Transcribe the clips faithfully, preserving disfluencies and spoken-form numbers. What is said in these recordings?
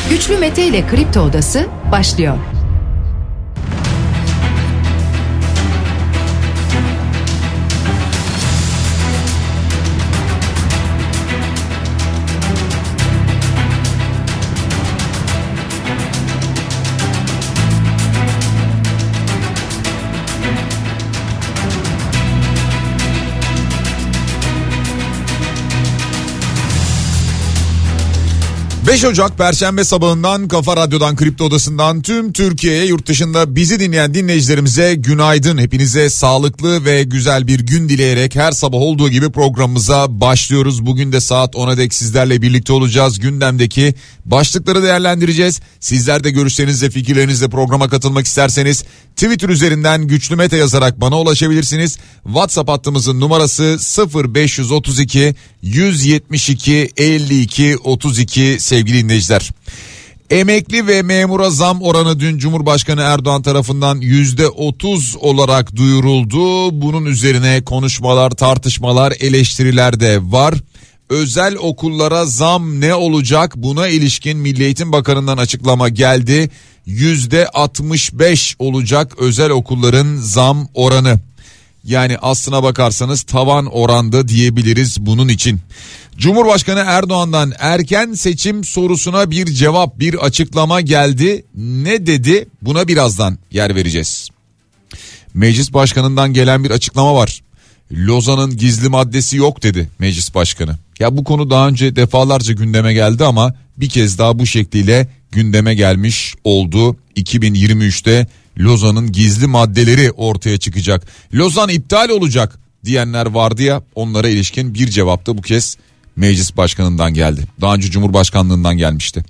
Güçlü Mete ile Kripto Odası başlıyor. beş Ocak Perşembe sabahından Kafa Radyo'dan, Kripto Odası'ndan tüm Türkiye'ye, yurt dışında bizi dinleyen dinleyicilerimize günaydın. Hepinize sağlıklı ve güzel bir gün dileyerek her sabah olduğu gibi programımıza başlıyoruz. Bugün de saat ona dek sizlerle birlikte olacağız. Gündemdeki başlıkları değerlendireceğiz. Sizler de görüşlerinizle, fikirlerinizle programa katılmak isterseniz Twitter üzerinden Güçlü Mete yazarak bana ulaşabilirsiniz. WhatsApp hattımızın numarası sıfır beş otuz iki yüz yetmiş iki elli iki otuz iki. Sevgili dinleyiciler, emekli ve memura zam oranı dün Cumhurbaşkanı Erdoğan tarafından yüzde otuz olarak duyuruldu. Bunun üzerine konuşmalar, tartışmalar, eleştiriler de var. Özel okullara zam ne olacak? Buna ilişkin Milli Eğitim Bakanı'ndan açıklama geldi. yüzde altmış beş olacak özel okulların zam oranı. Yani aslına bakarsanız tavan oranda diyebiliriz bunun için. Cumhurbaşkanı Erdoğan'dan erken seçim sorusuna bir cevap, bir açıklama geldi. Ne dedi? Buna birazdan yer vereceğiz. Meclis Başkanı'ndan gelen bir açıklama var. Lozan'ın gizli maddesi yok dedi Meclis Başkanı. Ya bu konu daha önce defalarca gündeme geldi ama bir kez daha bu şekliyle gündeme gelmiş oldu. iki bin yirmi üçte Lozan'ın gizli maddeleri ortaya çıkacak. Lozan iptal olacak diyenler vardı ya, onlara ilişkin bir cevap da bu kez Meclis Başkanı'ndan geldi. Daha önce Cumhurbaşkanlığından gelmişti.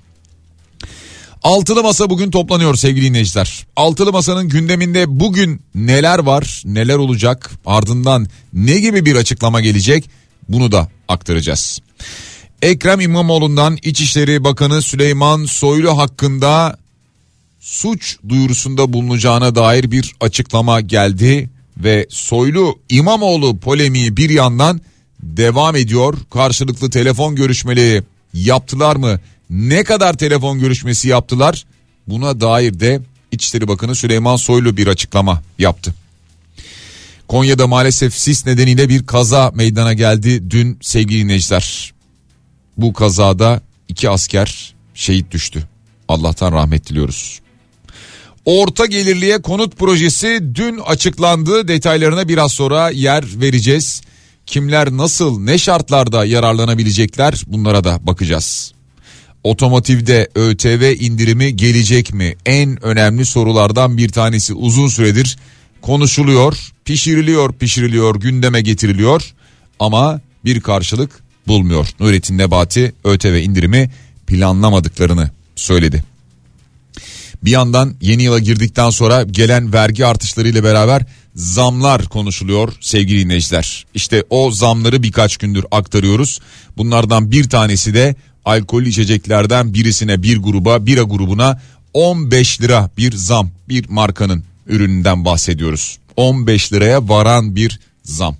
Altılı Masa bugün toplanıyor sevgili dinleyiciler. Altılı Masa'nın gündeminde bugün neler var, neler olacak, ardından ne gibi bir açıklama gelecek, bunu da aktaracağız. Ekrem İmamoğlu'ndan İçişleri Bakanı Süleyman Soylu hakkında suç duyurusunda bulunacağına dair bir açıklama geldi ve Soylu İmamoğlu polemiği bir yandan devam ediyor. Karşılıklı telefon görüşmeleri yaptılar mı? Ne kadar telefon görüşmesi yaptılar? Buna dair de İçişleri Bakanı Süleyman Soylu bir açıklama yaptı. Konya'da maalesef sis nedeniyle bir kaza meydana geldi dün sevgili dinleyiciler. Bu kazada iki asker şehit düştü. Allah'tan rahmet diliyoruz. Orta gelirliye konut projesi dün açıklandı. Detaylarına biraz sonra yer vereceğiz. Kimler nasıl, ne şartlarda yararlanabilecekler, bunlara da bakacağız. Otomotivde ÖTV indirimi gelecek mi? En önemli sorulardan bir tanesi, uzun süredir konuşuluyor, pişiriliyor, pişiriliyor, gündeme getiriliyor ama bir karşılık bulmuyor. Nurettin Nebati ÖTV indirimi planlamadıklarını söyledi. Bir yandan yeni yıla girdikten sonra gelen vergi artışlarıyla beraber zamlar konuşuluyor sevgili dinleyiciler. İşte o zamları birkaç gündür aktarıyoruz. Bunlardan bir tanesi de alkollü içeceklerden birisine, bir gruba, bira grubuna on beş lira bir zam, bir markanın ürününden bahsediyoruz. on beş liraya varan bir zam.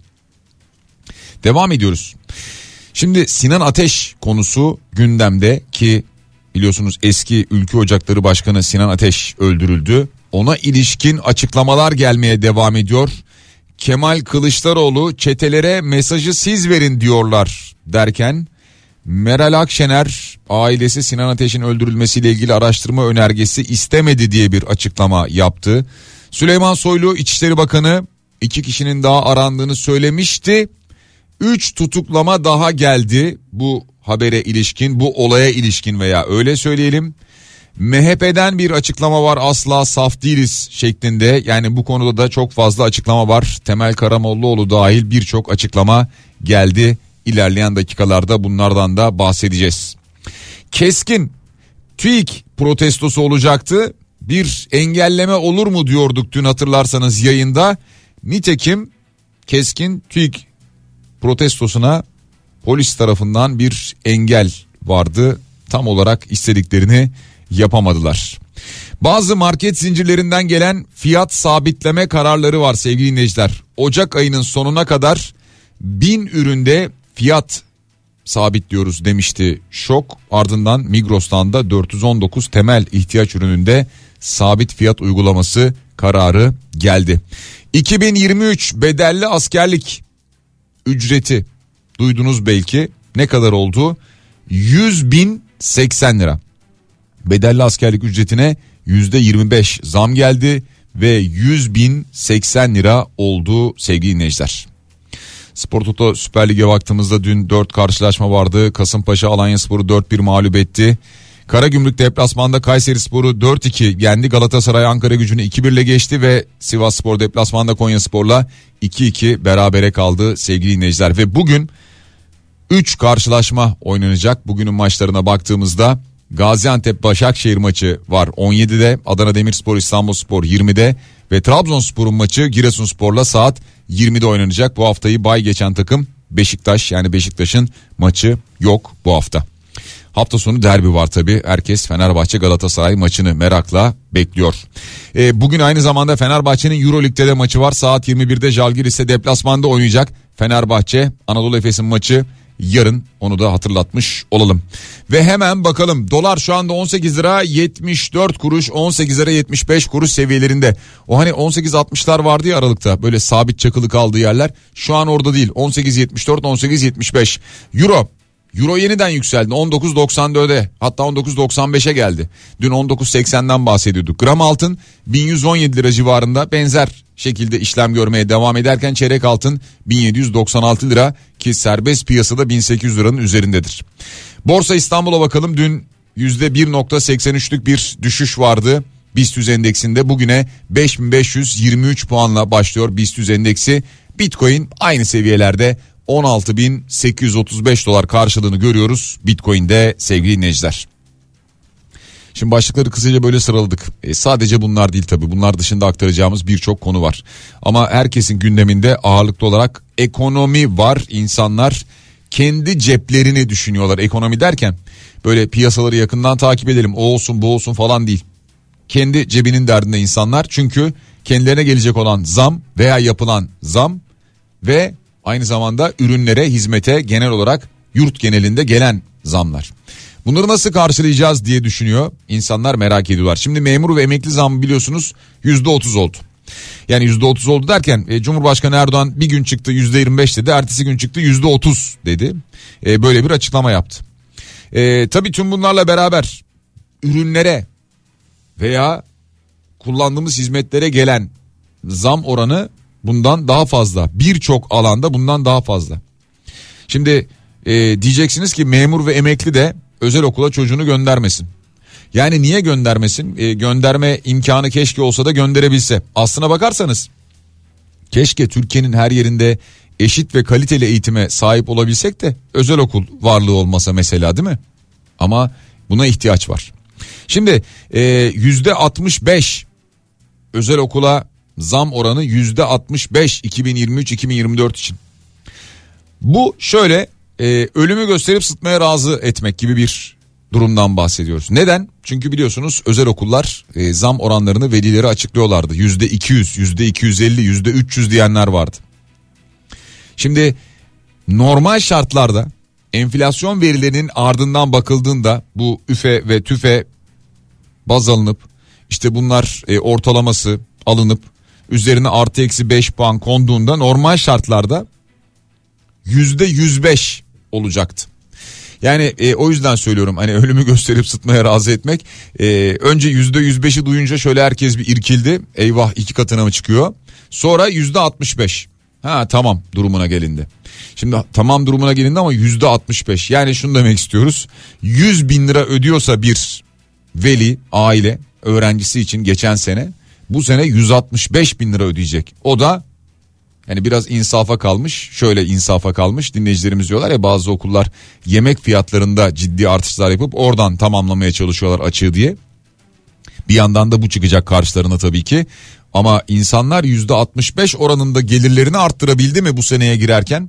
Devam ediyoruz. Şimdi Sinan Ateş konusu gündemde ki biliyorsunuz eski Ülke Ocakları Başkanı Sinan Ateş öldürüldü. Ona ilişkin açıklamalar gelmeye devam ediyor. Kemal Kılıçdaroğlu çetelere mesajı siz verin diyorlar derken Meral Akşener ailesi Sinan Ateş'in öldürülmesiyle ilgili araştırma önergesi istemedi diye bir açıklama yaptı. Süleyman Soylu İçişleri Bakanı iki kişinin daha arandığını söylemişti. Üç tutuklama daha geldi bu habere ilişkin, bu olaya ilişkin veya öyle söyleyelim. M H P'den bir açıklama var, asla saf değiliz şeklinde. Yani bu konuda da çok fazla açıklama var. Temel Karamollaoğlu dahil birçok açıklama geldi. İlerleyen dakikalarda bunlardan da bahsedeceğiz. Keskin TÜİK protestosu olacaktı. Bir engelleme olur mu diyorduk dün, hatırlarsanız yayında. Nitekim Keskin TÜİK protestosuna polis tarafından bir engel vardı. Tam olarak istediklerini yapamadılar. Bazı market zincirlerinden gelen fiyat sabitleme kararları var sevgili dinleyiciler. Ocak ayının sonuna kadar bin üründe fiyat sabitliyoruz demişti Şok. Ardından Migros'tan da dört yüz on dokuz temel ihtiyaç ürününde sabit fiyat uygulaması kararı geldi. iki bin yirmi üç bedelli askerlik ücreti duydunuz belki, ne kadar oldu? yüz bin seksen lira. Bedelli askerlik ücretine yüzde yirmi beş zam geldi ve yüz bin seksen lira oldu sevgili dinleyiciler. Spor Toto Süper Lig'e baktığımızda dün dört karşılaşma vardı. Kasımpaşa Alanyaspor'u dört bir mağlup etti. Karagümrük deplasmanda Kayserispor'u dört iki yendi. Galatasaray Ankaragücü'nü iki bir ile geçti ve Sivasspor deplasmanda Konyaspor'la iki iki berabere kaldı sevgili dinleyiciler. Ve bugün üç karşılaşma oynanacak. Bugünün maçlarına baktığımızda Gaziantep Başakşehir maçı var on yedide, Adana Demirspor İstanbulspor yirmide ve Trabzonspor'un maçı Giresunspor'la saat yirmide oynanacak. Bu haftayı bay geçen takım Beşiktaş, yani Beşiktaş'ın maçı yok bu hafta. Hafta sonu derbi var tabii. Herkes Fenerbahçe Galatasaray maçını merakla bekliyor. E, bugün aynı zamanda Fenerbahçe'nin Euroleague'de de maçı var. Saat yirmi birde Žalgiris'e deplasmanda oynayacak. Fenerbahçe Anadolu Efes'in maçı yarın, onu da hatırlatmış olalım. Ve hemen bakalım, dolar şu anda on sekiz lira yetmiş dört kuruş, on sekiz lira yetmiş beş kuruş seviyelerinde. O hani on sekiz altmışlar vardı ya Aralık'ta, böyle sabit çakılı kaldığı yerler, şu an orada değil. on sekiz yetmiş dört, on sekiz yetmiş beş. Euro Euro yeniden yükseldi, on dokuz doksan dörde, hatta on dokuz doksan beşe geldi. Dün on dokuz seksenden bahsediyorduk. Gram altın bin yüz on yedi lira civarında benzer şekilde işlem görmeye devam ederken çeyrek altın bin yedi yüz doksan altı lira, ki serbest piyasada bin sekiz yüz liranın üzerindedir. Borsa İstanbul'a bakalım. Dün yüzde bir virgül seksen üçlük bir düşüş vardı BIST yüz endeksinde. Bugüne beş bin beş yüz yirmi üç puanla başlıyor BIST yüz endeksi. Bitcoin aynı seviyelerde, on altı bin sekiz yüz otuz beş dolar karşılığını görüyoruz Bitcoin'de sevgili dinleyiciler. Şimdi başlıkları kısaca böyle sıraladık. E, sadece bunlar değil tabii. Bunlar dışında aktaracağımız birçok konu var. Ama herkesin gündeminde ağırlıklı olarak ekonomi var. İnsanlar kendi ceplerini düşünüyorlar. Ekonomi derken böyle piyasaları yakından takip edelim, o olsun bu olsun falan değil. Kendi cebinin derdinde insanlar. Çünkü kendilerine gelecek olan zam veya yapılan zam ve aynı zamanda ürünlere, hizmete genel olarak yurt genelinde gelen zamlar. Bunları nasıl karşılayacağız diye düşünüyor insanlar, merak ediyorlar. Şimdi memur ve emekli zammı biliyorsunuz yüzde otuz oldu. Yani yüzde otuz oldu derken e, Cumhurbaşkanı Erdoğan bir gün çıktı yüzde yirmi beş dedi, ertesi gün çıktı yüzde otuz dedi. E, böyle bir açıklama yaptı. E, tabii tüm bunlarla beraber ürünlere veya kullandığımız hizmetlere gelen zam oranı bundan daha fazla. Birçok alanda bundan daha fazla. Şimdi e, diyeceksiniz ki memur ve emekli de özel okula çocuğunu göndermesin. Yani niye göndermesin? E, gönderme imkanı keşke olsa da gönderebilse. Aslına bakarsanız keşke Türkiye'nin her yerinde eşit ve kaliteli eğitime sahip olabilsek de özel okul varlığı olmasa mesela, değil mi? Ama buna ihtiyaç var. Şimdi e, yüzde altmış beş özel okula zam oranı, yüzde altmış beş iki bin yirmi üç iki bin yirmi dört için. Bu şöyle e, ölümü gösterip sıtmaya razı etmek gibi bir durumdan bahsediyoruz. Neden? Çünkü biliyorsunuz özel okullar e, zam oranlarını velilere açıklıyorlardı. yüzde iki yüz, yüzde iki yüz elli, yüzde üç yüz diyenler vardı. Şimdi normal şartlarda enflasyon verilerinin ardından bakıldığında bu üfe ve tüfe baz alınıp işte bunlar e, ortalaması alınıp üzerine artı eksi beş puan konduğunda normal şartlarda yüzde yüz beş olacaktı. Yani e, o yüzden söylüyorum, hani ölümü gösterip sıtmaya razı etmek. E, önce yüzde yüz beşi duyunca şöyle herkes bir irkildi. Eyvah, iki katına mı çıkıyor? Sonra yüzde altmış beş. Ha tamam durumuna gelindi. Şimdi tamam durumuna gelindi ama yüzde altmış beş. Yani şunu demek istiyoruz. yüz bin lira ödüyorsa bir veli, aile öğrencisi için geçen sene, bu sene yüz altmış beş bin lira ödeyecek. O da yani biraz insafa kalmış. Şöyle insafa kalmış. Dinleyicilerimiz diyorlar ya, bazı okullar yemek fiyatlarında ciddi artışlar yapıp oradan tamamlamaya çalışıyorlar açığı diye. Bir yandan da bu çıkacak karşılarına tabii ki. Ama insanlar yüzde altmış beş oranında gelirlerini arttırabildi mi bu seneye girerken?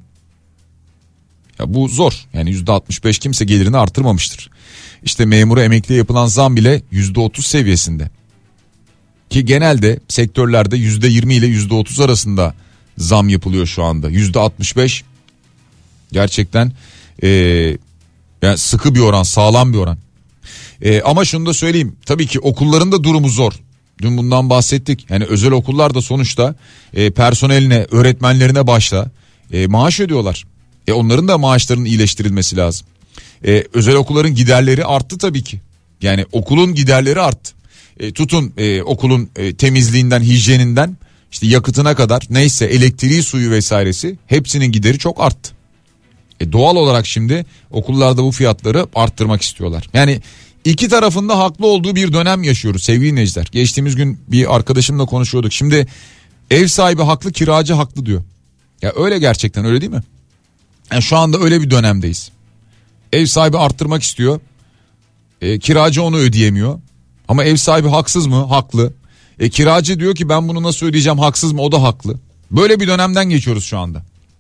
Ya bu zor. Yani yüzde altmış beş kimse gelirini arttırmamıştır. İşte memura, emekliye yapılan zam bile yüzde otuz seviyesinde. Ki genelde sektörlerde yüzde yirmi ile yüzde otuz arasında zam yapılıyor şu anda. yüzde altmış beş gerçekten Ee, yani sıkı bir oran, sağlam bir oran. Ee, ama şunu da söyleyeyim, tabii ki okulların da durumu zor. Dün bundan bahsettik. Yani özel okullar da sonuçta e, personeline, öğretmenlerine başta e, maaş ödüyorlar. E, onların da maaşlarının iyileştirilmesi lazım. E, özel okulların giderleri arttı tabii ki. Yani okulun giderleri arttı. E, tutun e, okulun e, temizliğinden, hijyeninden, işte yakıtına kadar, neyse elektriği, suyu vesairesi, hepsinin gideri çok arttı. E, doğal olarak şimdi okullarda bu fiyatları arttırmak istiyorlar. Yani İki tarafında haklı olduğu bir dönem yaşıyoruz sevgili dinleyiciler. Geçtiğimiz gün bir arkadaşımla konuşuyorduk. Şimdi ev sahibi haklı, kiracı haklı diyor. Ya öyle, gerçekten öyle değil mi? Yani şu anda öyle bir dönemdeyiz. Ev sahibi arttırmak istiyor. E, kiracı onu ödeyemiyor. Ama ev sahibi haksız mı? Haklı. E, kiracı diyor ki ben bunu nasıl ödeyeceğim, haksız mı? O da haklı. Böyle bir dönemden geçiyoruz şu anda.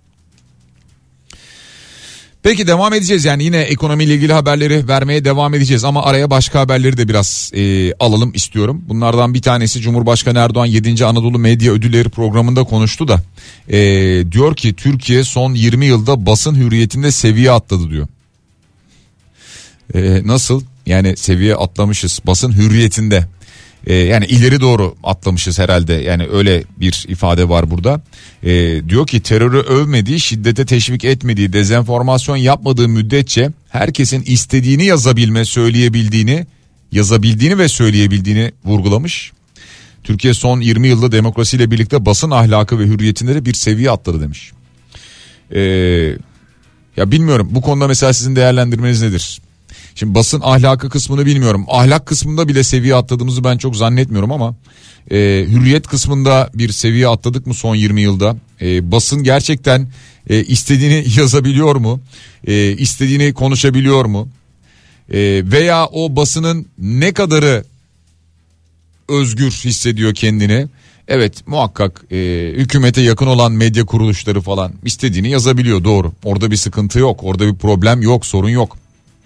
Peki devam edeceğiz, yani yine ekonomiyle ilgili haberleri vermeye devam edeceğiz ama araya başka haberleri de biraz e, alalım istiyorum. Bunlardan bir tanesi, Cumhurbaşkanı Erdoğan yedinci Anadolu Medya Ödülleri programında konuştu da e, diyor ki Türkiye son yirmi yılda basın hürriyetinde seviye atladı diyor. E, nasıl? Yani seviye atlamışız basın hürriyetinde. Ee, yani ileri doğru atlamışız herhalde, yani öyle bir ifade var burada. Ee, diyor ki terörü övmediği, şiddete teşvik etmediği, dezenformasyon yapmadığı müddetçe herkesin istediğini yazabilme, söyleyebildiğini, yazabildiğini ve söyleyebildiğini vurgulamış. Türkiye son yirmi yılda demokrasiyle birlikte basın ahlakı ve hürriyetinde de bir seviye atladı demiş. Ee, ya bilmiyorum, bu konuda mesela sizin değerlendirmeniz nedir? Şimdi basın ahlakı kısmını bilmiyorum. Ahlak kısmında bile seviye atladığımızı ben çok zannetmiyorum ama e, hürriyet kısmında bir seviye atladık mı son yirmi yılda? E, basın gerçekten e, istediğini yazabiliyor mu? E, istediğini konuşabiliyor mu? E, veya o basının ne kadarı özgür hissediyor kendini? Evet, muhakkak e, hükümete yakın olan medya kuruluşları falan istediğini yazabiliyor, doğru. Orada bir sıkıntı yok, orada bir problem yok, sorun yok.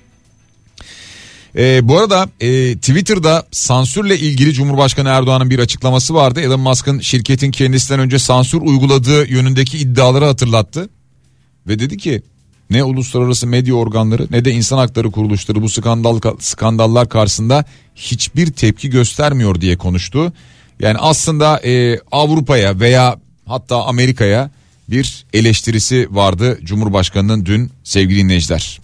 Ee, bu arada e, Twitter'da sansürle ilgili Cumhurbaşkanı Erdoğan'ın bir açıklaması vardı. Elon Musk'ın şirketin kendisinden önce sansür uyguladığı yönündeki iddiaları hatırlattı. Ve dedi ki ne uluslararası medya organları ne de insan hakları kuruluşları bu skandal skandallar karşısında hiçbir tepki göstermiyor diye konuştu. Yani aslında e, Avrupa'ya veya hatta Amerika'ya bir eleştirisi vardı Cumhurbaşkanı'nın dün sevgili dinleyiciler.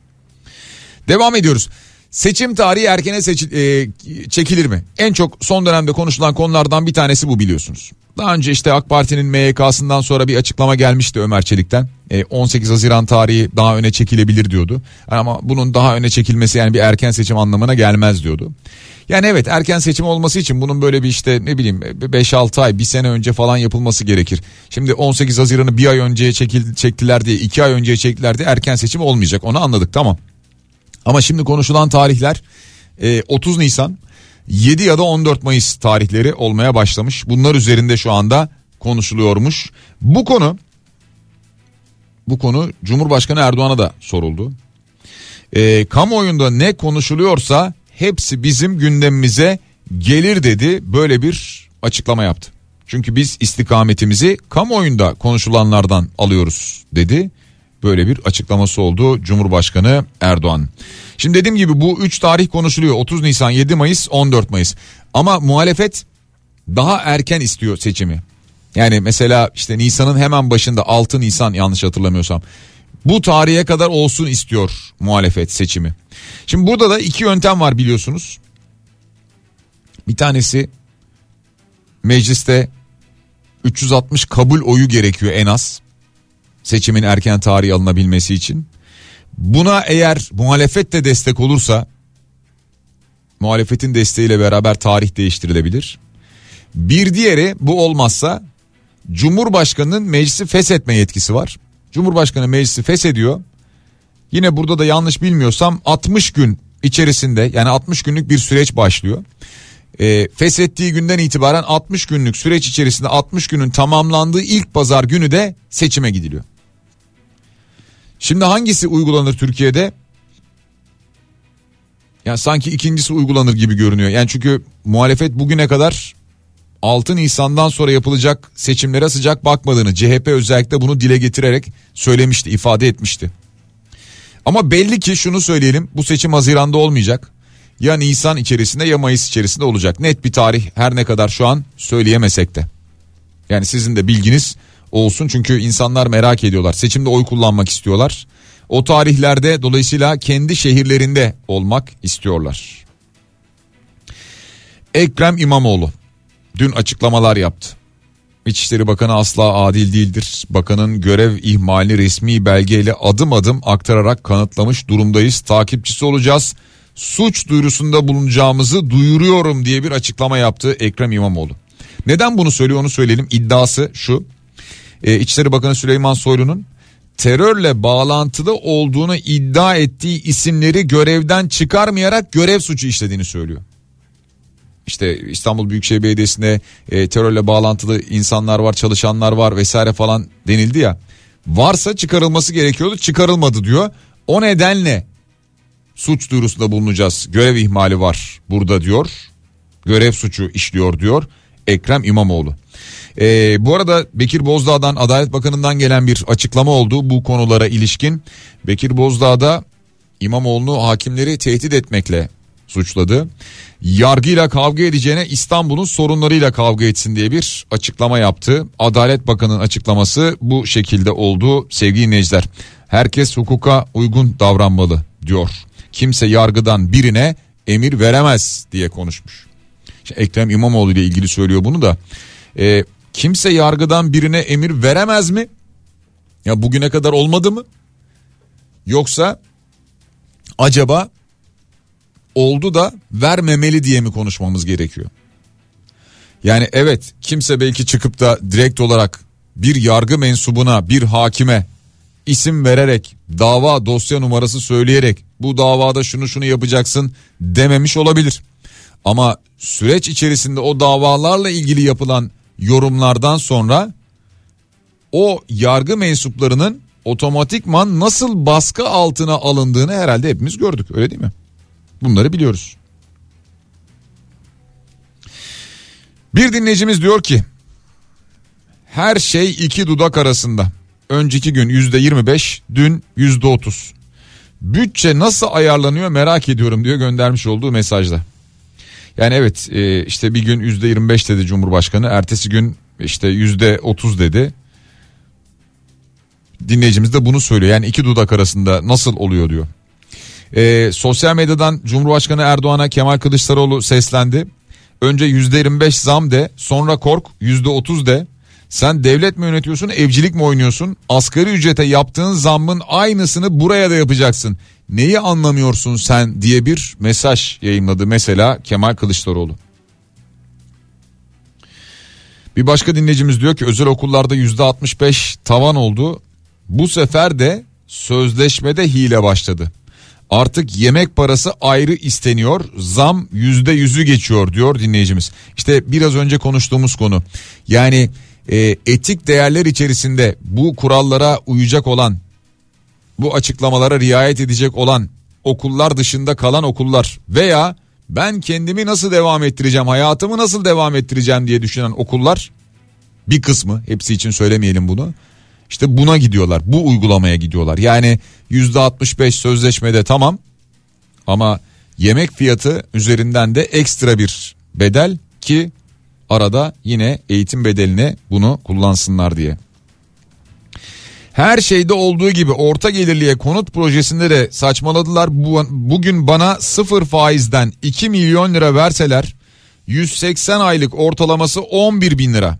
Devam ediyoruz. Seçim tarihi erkene seçil, e, çekilir mi? En çok son dönemde konuşulan konulardan bir tanesi bu, biliyorsunuz. Daha önce işte AK Parti'nin M Y K'sından sonra bir açıklama gelmişti Ömer Çelik'ten. E, on sekiz Haziran tarihi daha öne çekilebilir diyordu. Ama bunun daha öne çekilmesi yani bir erken seçim anlamına gelmez diyordu. Yani evet, erken seçim olması için bunun böyle bir işte ne bileyim beş altı ay, bir sene önce falan yapılması gerekir. Şimdi on sekiz Haziran'ı bir ay önceye çekil, çektiler diye, iki ay önceye çektiler diye erken seçim olmayacak, onu anladık, tamam. Ama şimdi konuşulan tarihler e, otuz Nisan, yedi ya da on dört Mayıs tarihleri olmaya başlamış. Bunlar üzerinde şu anda konuşuluyormuş. Bu konu bu konu Cumhurbaşkanı Erdoğan'a da soruldu. E, kamuoyunda ne konuşuluyorsa hepsi bizim gündemimize gelir dedi. Böyle bir açıklama yaptı. Çünkü biz istikametimizi kamuoyunda konuşulanlardan alıyoruz dedi. Böyle bir açıklaması oldu Cumhurbaşkanı Erdoğan. Şimdi dediğim gibi bu üç tarih konuşuluyor. otuz Nisan, yedi Mayıs, on dört Mayıs. Ama muhalefet daha erken istiyor seçimi. Yani mesela işte Nisan'ın hemen başında, altı Nisan yanlış hatırlamıyorsam, bu tarihe kadar olsun istiyor muhalefet seçimi. Şimdi burada da iki yöntem var biliyorsunuz. Bir tanesi, mecliste üç yüz altmış kabul oyu gerekiyor en az seçimin erken tarihi alınabilmesi için. Buna eğer muhalefet de destek olursa, muhalefetin desteğiyle beraber tarih değiştirilebilir. Bir diğeri, bu olmazsa Cumhurbaşkanı'nın meclisi feshetme yetkisi var. Cumhurbaşkanı meclisi feshediyor. Yine burada da yanlış bilmiyorsam altmış gün içerisinde, yani altmış günlük bir süreç başlıyor. E, feshettiği günden itibaren altmış günlük süreç içerisinde altmış günün tamamlandığı ilk pazar günü de seçime gidiliyor. Şimdi hangisi uygulanır Türkiye'de? Yani sanki ikincisi uygulanır gibi görünüyor. Yani çünkü muhalefet bugüne kadar altı Nisan'dan sonra yapılacak seçimlere sıcak bakmadığını, C H P özellikle bunu dile getirerek söylemişti, ifade etmişti. Ama belli ki şunu söyleyelim, bu seçim Haziran'da olmayacak. Ya Nisan içerisinde ya Mayıs içerisinde olacak. Net bir tarih her ne kadar şu an söyleyemesek de. Yani sizin de bilginiz olsun, çünkü insanlar merak ediyorlar. Seçimde oy kullanmak istiyorlar. O tarihlerde dolayısıyla kendi şehirlerinde olmak istiyorlar. Ekrem İmamoğlu dün açıklamalar yaptı. İçişleri Bakanı asla adil değildir. Bakanın görev ihmalini resmi belgeyle adım adım aktararak kanıtlamış durumdayız. Takipçisi olacağız. Suç duyurusunda bulunacağımızı duyuruyorum diye bir açıklama yaptı Ekrem İmamoğlu. Neden bunu söylüyor onu söyleyelim. İddiası şu. Ee, İçişleri Bakanı Süleyman Soylu'nun terörle bağlantılı olduğunu iddia ettiği isimleri görevden çıkarmayarak görev suçu işlediğini söylüyor. İşte İstanbul Büyükşehir Belediyesi'nde e, terörle bağlantılı insanlar var, çalışanlar var vesaire falan denildi ya. Varsa çıkarılması gerekiyordu, çıkarılmadı diyor. O nedenle suç duyurusunda bulunacağız. Görev ihmali var burada diyor. Görev suçu işliyor diyor Ekrem İmamoğlu. Ee, bu arada Bekir Bozdağ'dan, Adalet Bakanı'ndan gelen bir açıklama oldu bu konulara ilişkin. Bekir Bozdağ da İmamoğlu'nu hakimleri tehdit etmekle suçladı. Yargıyla kavga edeceğine İstanbul'un sorunlarıyla kavga etsin diye bir açıklama yaptı. Adalet Bakanı'nın açıklaması bu şekilde oldu sevgili dinleyiciler. Herkes hukuka uygun davranmalı diyor. Kimse yargıdan birine emir veremez diye konuşmuş. İşte Ekrem İmamoğlu ile ilgili söylüyor bunu da. E, kimse yargıdan birine emir veremez mi? Ya bugüne kadar olmadı mı? Yoksa acaba oldu da vermemeli diye mi konuşmamız gerekiyor? Yani evet, kimse belki çıkıp da direkt olarak bir yargı mensubuna, bir hakime isim vererek, dava dosya numarası söyleyerek bu davada şunu şunu yapacaksın dememiş olabilir. Ama süreç içerisinde o davalarla ilgili yapılan yorumlardan sonra o yargı mensuplarının otomatikman nasıl baskı altına alındığını herhalde hepimiz gördük, öyle değil mi? Bunları biliyoruz. Bir dinleyicimiz diyor ki her şey iki dudak arasında. Önceki gün yüzde yirmi beş, dün yüzde otuz. Bütçe nasıl ayarlanıyor merak ediyorum diyor göndermiş olduğu mesajda. Yani evet, işte bir gün yüzde yirmi beş dedi Cumhurbaşkanı, ertesi gün işte yüzde otuz dedi. Dinleyicimiz de bunu söylüyor, yani iki dudak arasında nasıl oluyor diyor. Ee, sosyal medyadan Cumhurbaşkanı Erdoğan'a Kemal Kılıçdaroğlu seslendi. Önce yüzde yirmi beş zam de, sonra kork yüzde otuz de. Sen devlet mi yönetiyorsun, evcilik mi oynuyorsun? Asgari ücrete yaptığın zammın aynısını buraya da yapacaksın. Neyi anlamıyorsun sen diye bir mesaj yayınladı mesela Kemal Kılıçdaroğlu. Bir başka dinleyicimiz diyor ki özel okullarda yüzde altmış beş tavan oldu. Bu sefer de sözleşmede hile başladı. Artık yemek parası ayrı isteniyor, zam yüzde yüzü geçiyor diyor dinleyicimiz. İşte biraz önce konuştuğumuz konu, yani e, etik değerler içerisinde bu kurallara uyacak olan, bu açıklamalara riayet edecek olan okullar dışında kalan okullar veya ben kendimi nasıl devam ettireceğim, hayatımı nasıl devam ettireceğim diye düşünen okullar, bir kısmı, hepsi için söylemeyelim bunu, İşte buna gidiyorlar, bu uygulamaya gidiyorlar. Yani yüzde altmış beş sözleşmede tamam, ama yemek fiyatı üzerinden de ekstra bir bedel ki arada yine eğitim bedeline bunu kullansınlar diye. Her şeyde olduğu gibi orta gelirliye konut projesinde de saçmaladılar. Bu, bugün bana sıfır faizden iki milyon lira verseler yüz seksen aylık ortalaması on bir bin lira.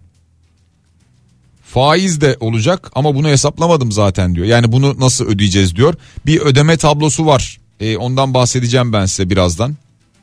Faiz de olacak ama bunu hesaplamadım zaten diyor. Yani bunu nasıl ödeyeceğiz diyor. Bir ödeme tablosu var. E, ondan bahsedeceğim ben size birazdan.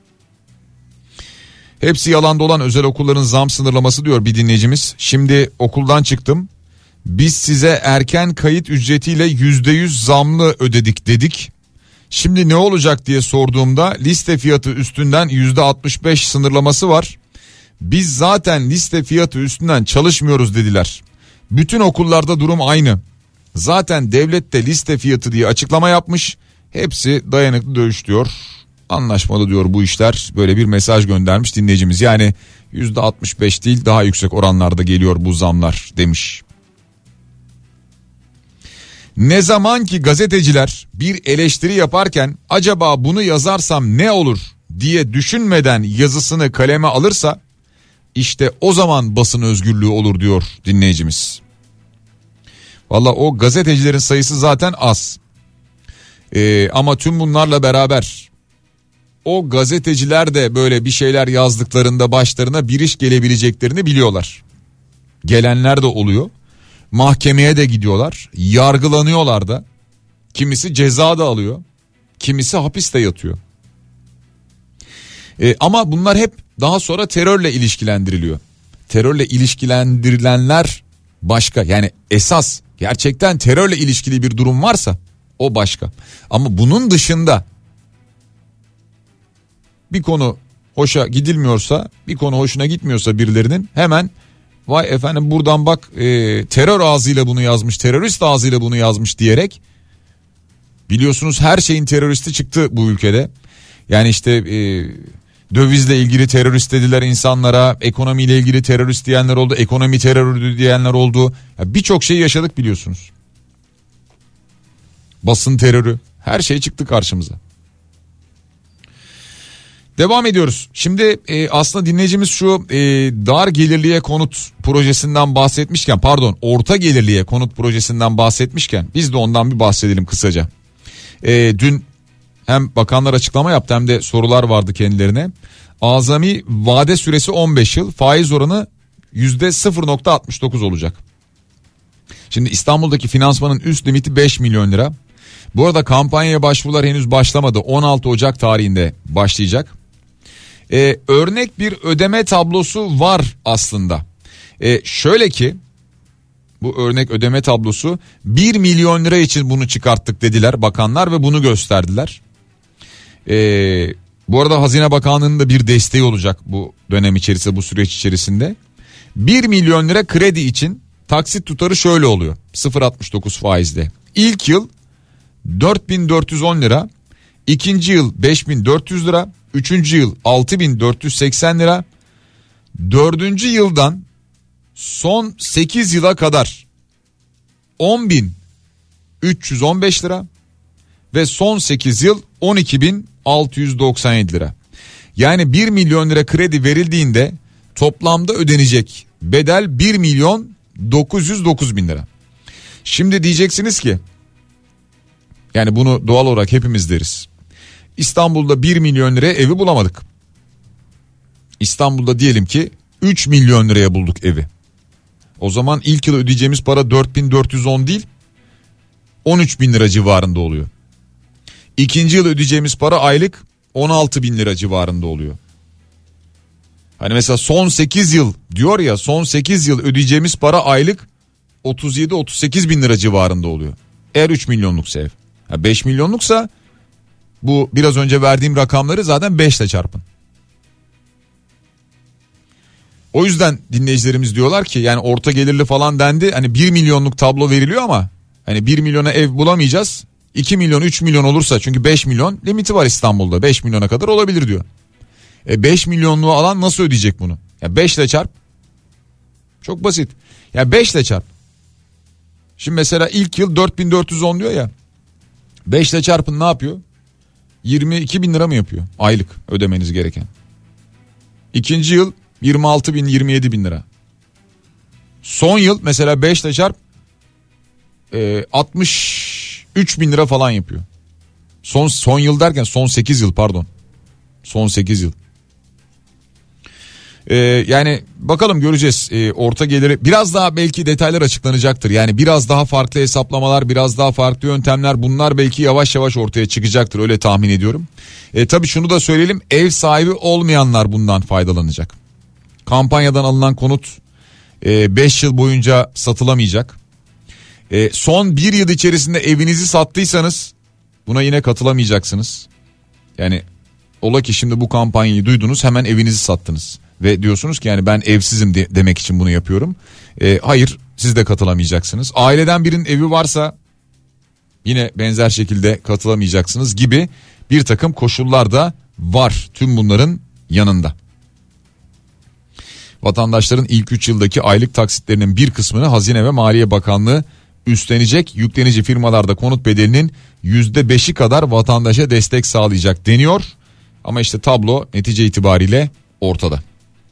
Hepsi yalan dolan özel okulların zam sınırlaması diyor bir dinleyicimiz. Şimdi okuldan çıktım. Biz size erken kayıt ücretiyle yüzde yüz zamlı ödedik dedik. Şimdi ne olacak diye sorduğumda liste fiyatı üstünden yüzde altmış beş sınırlaması var. Biz zaten liste fiyatı üstünden çalışmıyoruz dediler. Bütün okullarda durum aynı. Zaten devlet de liste fiyatı diye açıklama yapmış. Hepsi dayanıklı dövüş diyor. Anlaşmalı diyor bu işler. Böyle bir mesaj göndermiş dinleyicimiz. Yani yüzde altmış beş değil, daha yüksek oranlarda geliyor bu zamlar demiş. Ne zaman ki gazeteciler bir eleştiri yaparken acaba bunu yazarsam ne olur diye düşünmeden yazısını kaleme alırsa işte o zaman basın özgürlüğü olur diyor dinleyicimiz. Valla o gazetecilerin sayısı zaten az. Ee, ama tüm bunlarla beraber o gazeteciler de böyle bir şeyler yazdıklarında başlarına bir iş gelebileceklerini biliyorlar. Gelenler de oluyor. Mahkemeye de gidiyorlar. Yargılanıyorlar da. Kimisi ceza da alıyor. Kimisi hapiste yatıyor. Ee, ama bunlar hep daha sonra terörle ilişkilendiriliyor. Terörle ilişkilendirilenler başka. Yani esas gerçekten terörle ilişkili bir durum varsa o başka. Ama bunun dışında bir konu hoşa gidilmiyorsa, bir konu hoşuna gitmiyorsa birilerinin hemen vay efendim buradan bak e, terör ağzıyla bunu yazmış, terörist ağzıyla bunu yazmış diyerek, biliyorsunuz her şeyin teröristi çıktı bu ülkede. Yani işte e, dövizle ilgili terörist dediler insanlara, ekonomiyle ilgili terörist diyenler oldu, ekonomi terörü diyenler oldu. Ya birçok şey yaşadık biliyorsunuz. Basın terörü, her şey çıktı karşımıza. Devam ediyoruz. Şimdi e, aslında dinleyicimiz şu e, dar gelirliye konut projesinden bahsetmişken, pardon orta gelirliye konut projesinden bahsetmişken biz de ondan bir bahsedelim kısaca. E, dün hem bakanlar açıklama yaptı hem de sorular vardı kendilerine. Azami vade süresi on beş yıl, faiz oranı yüzde sıfır nokta altmış dokuz olacak. Şimdi İstanbul'daki finansmanın üst limiti beş milyon lira. Bu arada kampanyaya başvurular henüz başlamadı. on altı Ocak tarihinde başlayacak. Ee, örnek bir ödeme tablosu var aslında. Ee, şöyle ki bu örnek ödeme tablosu bir milyon lira için bunu çıkarttık dediler bakanlar ve bunu gösterdiler. Ee, bu arada Hazine Bakanlığı'nın da bir desteği olacak bu dönem içerisinde, bu süreç içerisinde. bir milyon lira kredi için taksit tutarı şöyle oluyor: sıfır nokta altmış dokuz faizle. İlk yıl dört bin dört yüz on lira, ikinci yıl beş bin dört yüz lira, üçüncü yıl altı bin dört yüz seksen lira, dördüncü yıldan son sekiz yıla kadar on bin üç yüz on beş lira ve son sekiz yıl on iki bin altı yüz doksan yedi lira. Yani bir milyon lira kredi verildiğinde toplamda ödenecek bedel bir milyon dokuz yüz dokuz bin lira. Şimdi diyeceksiniz ki, yani bunu doğal olarak hepimiz deriz, İstanbul'da bir milyon liraya evi bulamadık. İstanbul'da diyelim ki üç milyon liraya bulduk evi. O zaman ilk yıl ödeyeceğimiz para dört bin dört yüz on değil on üç bin lira civarında oluyor. İkinci yıl ödeyeceğimiz para aylık on altı bin lira civarında oluyor. Hani mesela son sekiz yıl diyor ya, son sekiz yıl ödeyeceğimiz para aylık otuz yedi otuz sekiz bin lira civarında oluyor. Eğer üç milyonluksa ev. Ha beş milyonluksa bu biraz önce verdiğim rakamları zaten beş ile çarpın. O yüzden dinleyicilerimiz diyorlar ki, yani orta gelirli falan dendi, hani bir milyonluk tablo veriliyor ama hani bir milyona ev bulamayacağız. iki milyon üç milyon olursa, çünkü beş milyon limiti var İstanbul'da, beş milyona kadar olabilir diyor. E beş milyonluğu alan nasıl ödeyecek bunu? Ya beş ile çarp. Çok basit. Ya beş ile çarp. Şimdi mesela ilk yıl dört bin dört yüz on diyor ya. beş ile çarpın ne yapıyor? yirmi iki bin lira mı yapıyor aylık ödemeniz gereken? İkinci yıl yirmi altı bin yirmi yedi bin lira. Son yıl mesela beş ile çarp e, altmış üç bin lira falan yapıyor. Son son yıl derken son sekiz yıl pardon. Son sekiz yıl. Ee, yani bakalım göreceğiz. Ee, orta geliri biraz daha belki detaylar açıklanacaktır. Yani biraz daha farklı hesaplamalar, biraz daha farklı yöntemler, bunlar belki yavaş yavaş ortaya çıkacaktır, öyle tahmin ediyorum. Ee, tabii şunu da söyleyelim, ev sahibi olmayanlar bundan faydalanacak. Kampanyadan alınan konut beş e, yıl boyunca satılamayacak. E, son bir yıl içerisinde evinizi sattıysanız buna yine katılamayacaksınız. Yani ola ki şimdi bu kampanyayı duydunuz, hemen evinizi sattınız ve diyorsunuz ki yani ben evsizim de, demek için bunu yapıyorum. E, hayır, siz de katılamayacaksınız. Aileden birinin evi varsa yine benzer şekilde katılamayacaksınız gibi bir takım koşullar da var tüm bunların yanında. Vatandaşların ilk üç yıldaki aylık taksitlerinin bir kısmını Hazine ve Maliye Bakanlığı üstlenecek. Yüklenici firmalarda konut bedelinin yüzde beşi kadar vatandaşa destek sağlayacak deniyor. Ama işte tablo netice itibariyle ortada.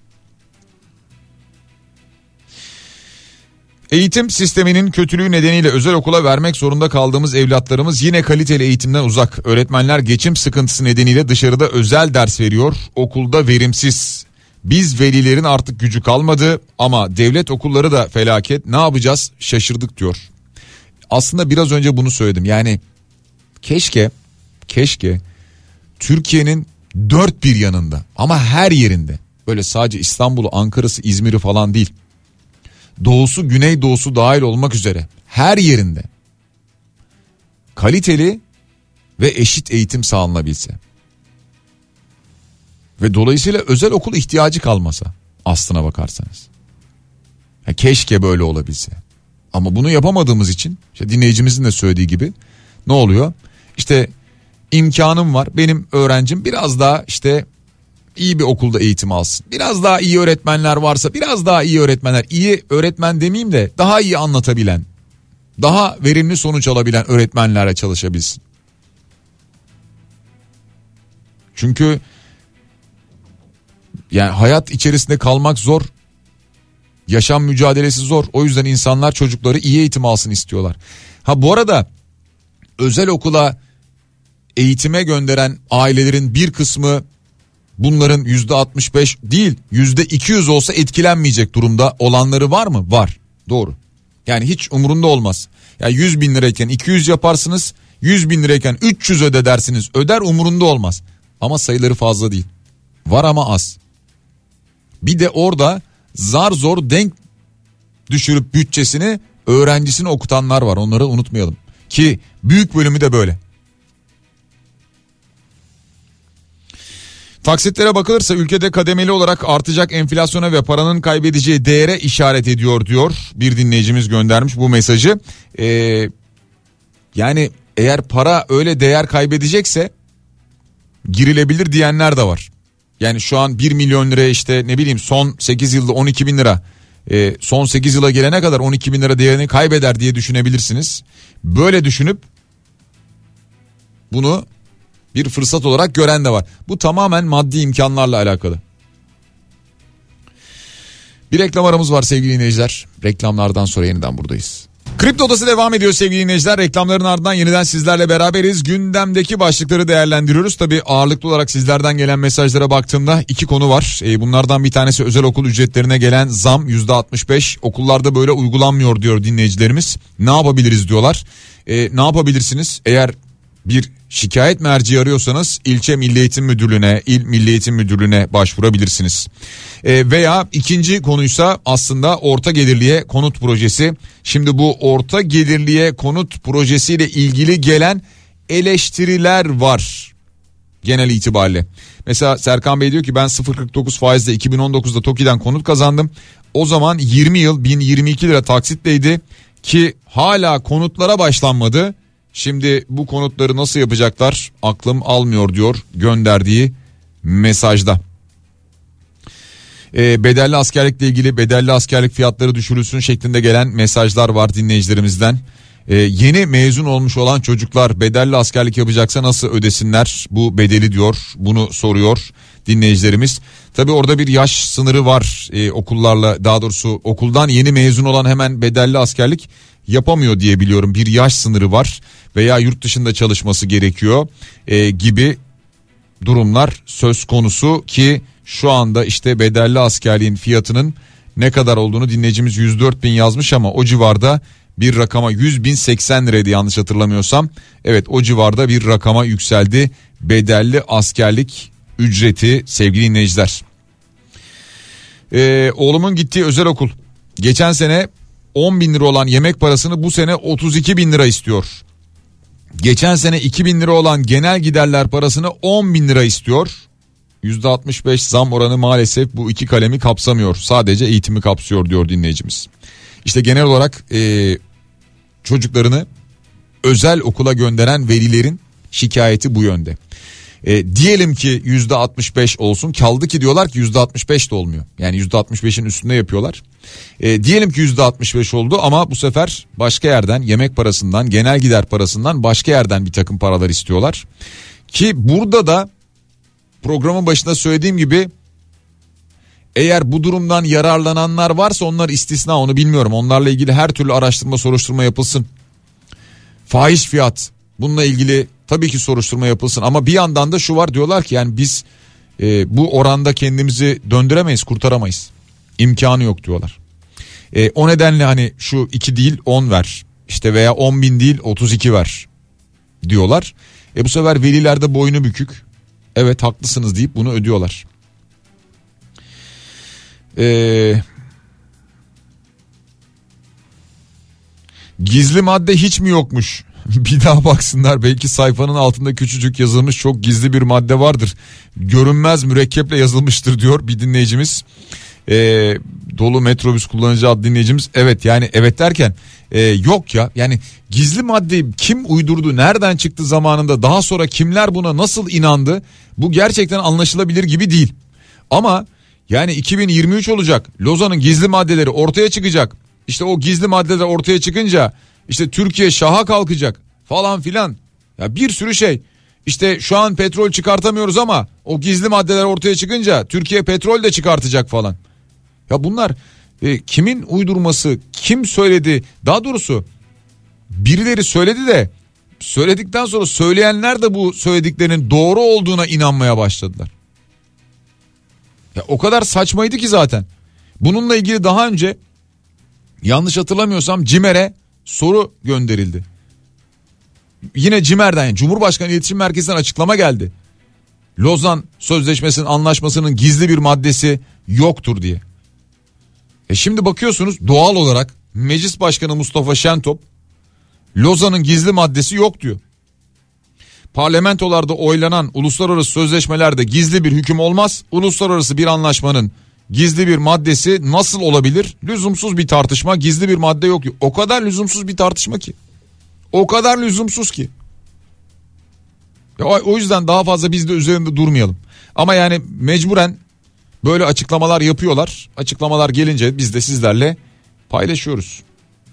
Eğitim sisteminin kötülüğü nedeniyle özel okula vermek zorunda kaldığımız evlatlarımız yine kaliteli eğitimden uzak. Öğretmenler geçim sıkıntısı nedeniyle dışarıda özel ders veriyor. Okulda verimsiz. Biz velilerin artık gücü kalmadı ama devlet okulları da felaket. Ne yapacağız? Şaşırdık diyor. Aslında biraz önce bunu söyledim. Yani keşke, keşke Türkiye'nin dört bir yanında ama her yerinde, böyle sadece İstanbul'u, Ankara'sı, İzmir'i falan değil, doğusu, güneydoğusu dahil olmak üzere her yerinde kaliteli ve eşit eğitim sağlanabilse ve dolayısıyla özel okul ihtiyacı kalmasa, aslına bakarsanız. Ya keşke böyle olabilse. Ama bunu yapamadığımız için, işte dinleyicimizin de söylediği gibi, ne oluyor? İşte imkanım var, benim öğrencim biraz daha işte iyi bir okulda eğitim alsın. Biraz daha iyi öğretmenler varsa, biraz daha iyi öğretmenler, iyi öğretmen demeyeyim de daha iyi anlatabilen, daha verimli sonuç alabilen öğretmenlerle çalışabilsin. Çünkü yani hayat içerisinde kalmak zor. Yaşam mücadelesi zor. O yüzden insanlar çocukları iyi eğitim alsın istiyorlar. Ha bu arada özel okula eğitime gönderen ailelerin bir kısmı bunların yüzde altmış beş değil yüzde iki yüz olsa etkilenmeyecek durumda olanları var mı? Var. Doğru. Yani hiç umurunda olmaz. Yani yüz bin lirayken iki yüz yaparsınız, yüz bin lirayken üç yüz öde dersiniz. Öder, umurunda olmaz. Ama sayıları fazla değil. Var ama az. Bir de orada zar zor denk düşürüp bütçesini öğrencisini okutanlar var. Onları unutmayalım. Ki büyük bölümü de böyle. Taksitlere bakılırsa ülkede kademeli olarak artacak enflasyona ve paranın kaybedeceği değere işaret ediyor diyor. Bir dinleyicimiz göndermiş bu mesajı. Ee, yani eğer para öyle değer kaybedecekse girilebilir diyenler de var. Yani şu an bir milyon liraya işte ne bileyim son sekiz yılda on iki bin lira, e, son sekiz yıla gelene kadar on iki bin lira değerini kaybeder diye düşünebilirsiniz. Böyle düşünüp bunu bir fırsat olarak gören de var. Bu tamamen maddi imkanlarla alakalı. Bir reklam aramız var sevgili dinleyiciler. Reklamlardan sonra yeniden buradayız. Kripto Odası devam ediyor sevgili dinleyiciler. Reklamların ardından yeniden sizlerle beraberiz. Gündemdeki başlıkları değerlendiriyoruz. Tabii ağırlıklı olarak sizlerden gelen mesajlara baktığımda iki konu var. Ee, bunlardan bir tanesi özel okul ücretlerine gelen zam yüzde altmış beş. Okullarda böyle uygulanmıyor diyor dinleyicilerimiz. Ne yapabiliriz diyorlar. Ee, ne yapabilirsiniz? Eğer bir şikayet merci arıyorsanız ilçe Milli Eğitim Müdürlüğü'ne, il Milli Eğitim Müdürlüğü'ne başvurabilirsiniz. E, veya ikinci konuysa aslında orta gelirliye konut projesi. Şimdi bu orta gelirliye konut projesiyle ilgili gelen eleştiriler var genel itibariyle. Mesela Serkan Bey diyor ki ben sıfır virgül kırk dokuz faizle iki bin on dokuzda TOKİ'den konut kazandım. O zaman yirmi yıl bin yirmi iki lira taksitleydi ki hala konutlara başlanmadı. Şimdi bu konutları nasıl yapacaklar aklım almıyor diyor gönderdiği mesajda. E, bedelli askerlikle ilgili bedelli askerlik fiyatları düşürülsün şeklinde gelen mesajlar var dinleyicilerimizden. E, yeni mezun olmuş olan çocuklar bedelli askerlik yapacaksa nasıl ödesinler bu bedeli diyor, bunu soruyor dinleyicilerimiz. Tabii orada bir yaş sınırı var e, okullarla, daha doğrusu okuldan yeni mezun olan hemen bedelli askerlik yapamıyor diye biliyorum. Bir yaş sınırı var veya yurt dışında çalışması gerekiyor e, gibi durumlar söz konusu ki şu anda işte bedelli askerliğin fiyatının ne kadar olduğunu dinleyicimiz yüz dört bin yazmış ama o civarda bir rakama yüz bin seksen liraydı yanlış hatırlamıyorsam. Evet, o civarda bir rakama yükseldi bedelli askerlik ücreti sevgili dinleyiciler. Ee, oğlumun gittiği özel okul geçen sene on bin lira olan yemek parasını bu sene otuz iki bin lira istiyor. Geçen sene iki bin lira olan genel giderler parasını on bin lira istiyor. yüzde altmış beş zam oranı maalesef bu iki kalemi kapsamıyor. Sadece eğitimi kapsıyor diyor dinleyicimiz. İşte genel olarak e, çocuklarını özel okula gönderen velilerin şikayeti bu yönde. E, diyelim ki yüzde altmış beş olsun, kaldı ki diyorlar ki yüzde altmış beş de olmuyor. Yani yüzde altmış beşin üstünde yapıyorlar. E, diyelim ki yüzde altmış beş oldu ama bu sefer başka yerden, yemek parasından, genel gider parasından başka yerden bir takım paralar istiyorlar. Ki burada da programın başında söylediğim gibi eğer bu durumdan yararlananlar varsa onlar istisna, onu bilmiyorum. Onlarla ilgili her türlü araştırma, soruşturma yapılsın. Fahiş fiyat, bununla ilgili tabii ki soruşturma yapılsın ama bir yandan da şu var, diyorlar ki yani biz e, bu oranda kendimizi döndüremeyiz, kurtaramayız. İmkanı yok diyorlar. E, o nedenle hani şu iki değil on ver işte veya on bin değil otuz iki ver diyorlar. E bu sefer veliler de boynu bükük. Evet haklısınız deyip bunu ödüyorlar. Eee... Gizli madde hiç mi yokmuş? Bir daha baksınlar, belki sayfanın altında küçücük yazılmış çok gizli bir madde vardır. Görünmez mürekkeple yazılmıştır diyor bir dinleyicimiz. Ee, dolu metrobüs kullanıcı adlı dinleyicimiz. Evet yani evet derken e, yok ya, yani gizli maddeyi kim uydurdu, nereden çıktı zamanında, daha sonra kimler buna nasıl inandı, bu gerçekten anlaşılabilir gibi değil. Ama yani iki bin yirmi üç olacak, Lozan'ın gizli maddeleri ortaya çıkacak. İşte o gizli maddeler ortaya çıkınca işte Türkiye şaha kalkacak falan filan. Ya bir sürü şey. İşte şu an petrol çıkartamıyoruz ama o gizli maddeler ortaya çıkınca Türkiye petrol de çıkartacak falan. Ya bunlar e, kimin uydurması, kim söyledi? Daha doğrusu birileri söyledi de söyledikten sonra söyleyenler de bu söylediklerinin doğru olduğuna inanmaya başladılar. Ya o kadar saçmaydı ki zaten. Bununla ilgili daha önce yanlış hatırlamıyorsam CİMER'e soru gönderildi. Yine CİMER'den, yani Cumhurbaşkanı İletişim Merkezi'nden açıklama geldi. Lozan Sözleşmesi'nin, anlaşmasının gizli bir maddesi yoktur diye. E şimdi bakıyorsunuz doğal olarak Meclis Başkanı Mustafa Şentop Lozan'ın gizli maddesi yok diyor. Parlamentolarda oylanan uluslararası sözleşmelerde gizli bir hüküm olmaz. Uluslararası bir anlaşmanın gizli bir maddesi nasıl olabilir? Lüzumsuz bir tartışma, gizli bir madde yok. O kadar lüzumsuz bir tartışma ki. O kadar lüzumsuz ki. Ya o yüzden daha fazla biz de üzerinde durmayalım. Ama yani mecburen böyle açıklamalar yapıyorlar. Açıklamalar gelince biz de sizlerle paylaşıyoruz.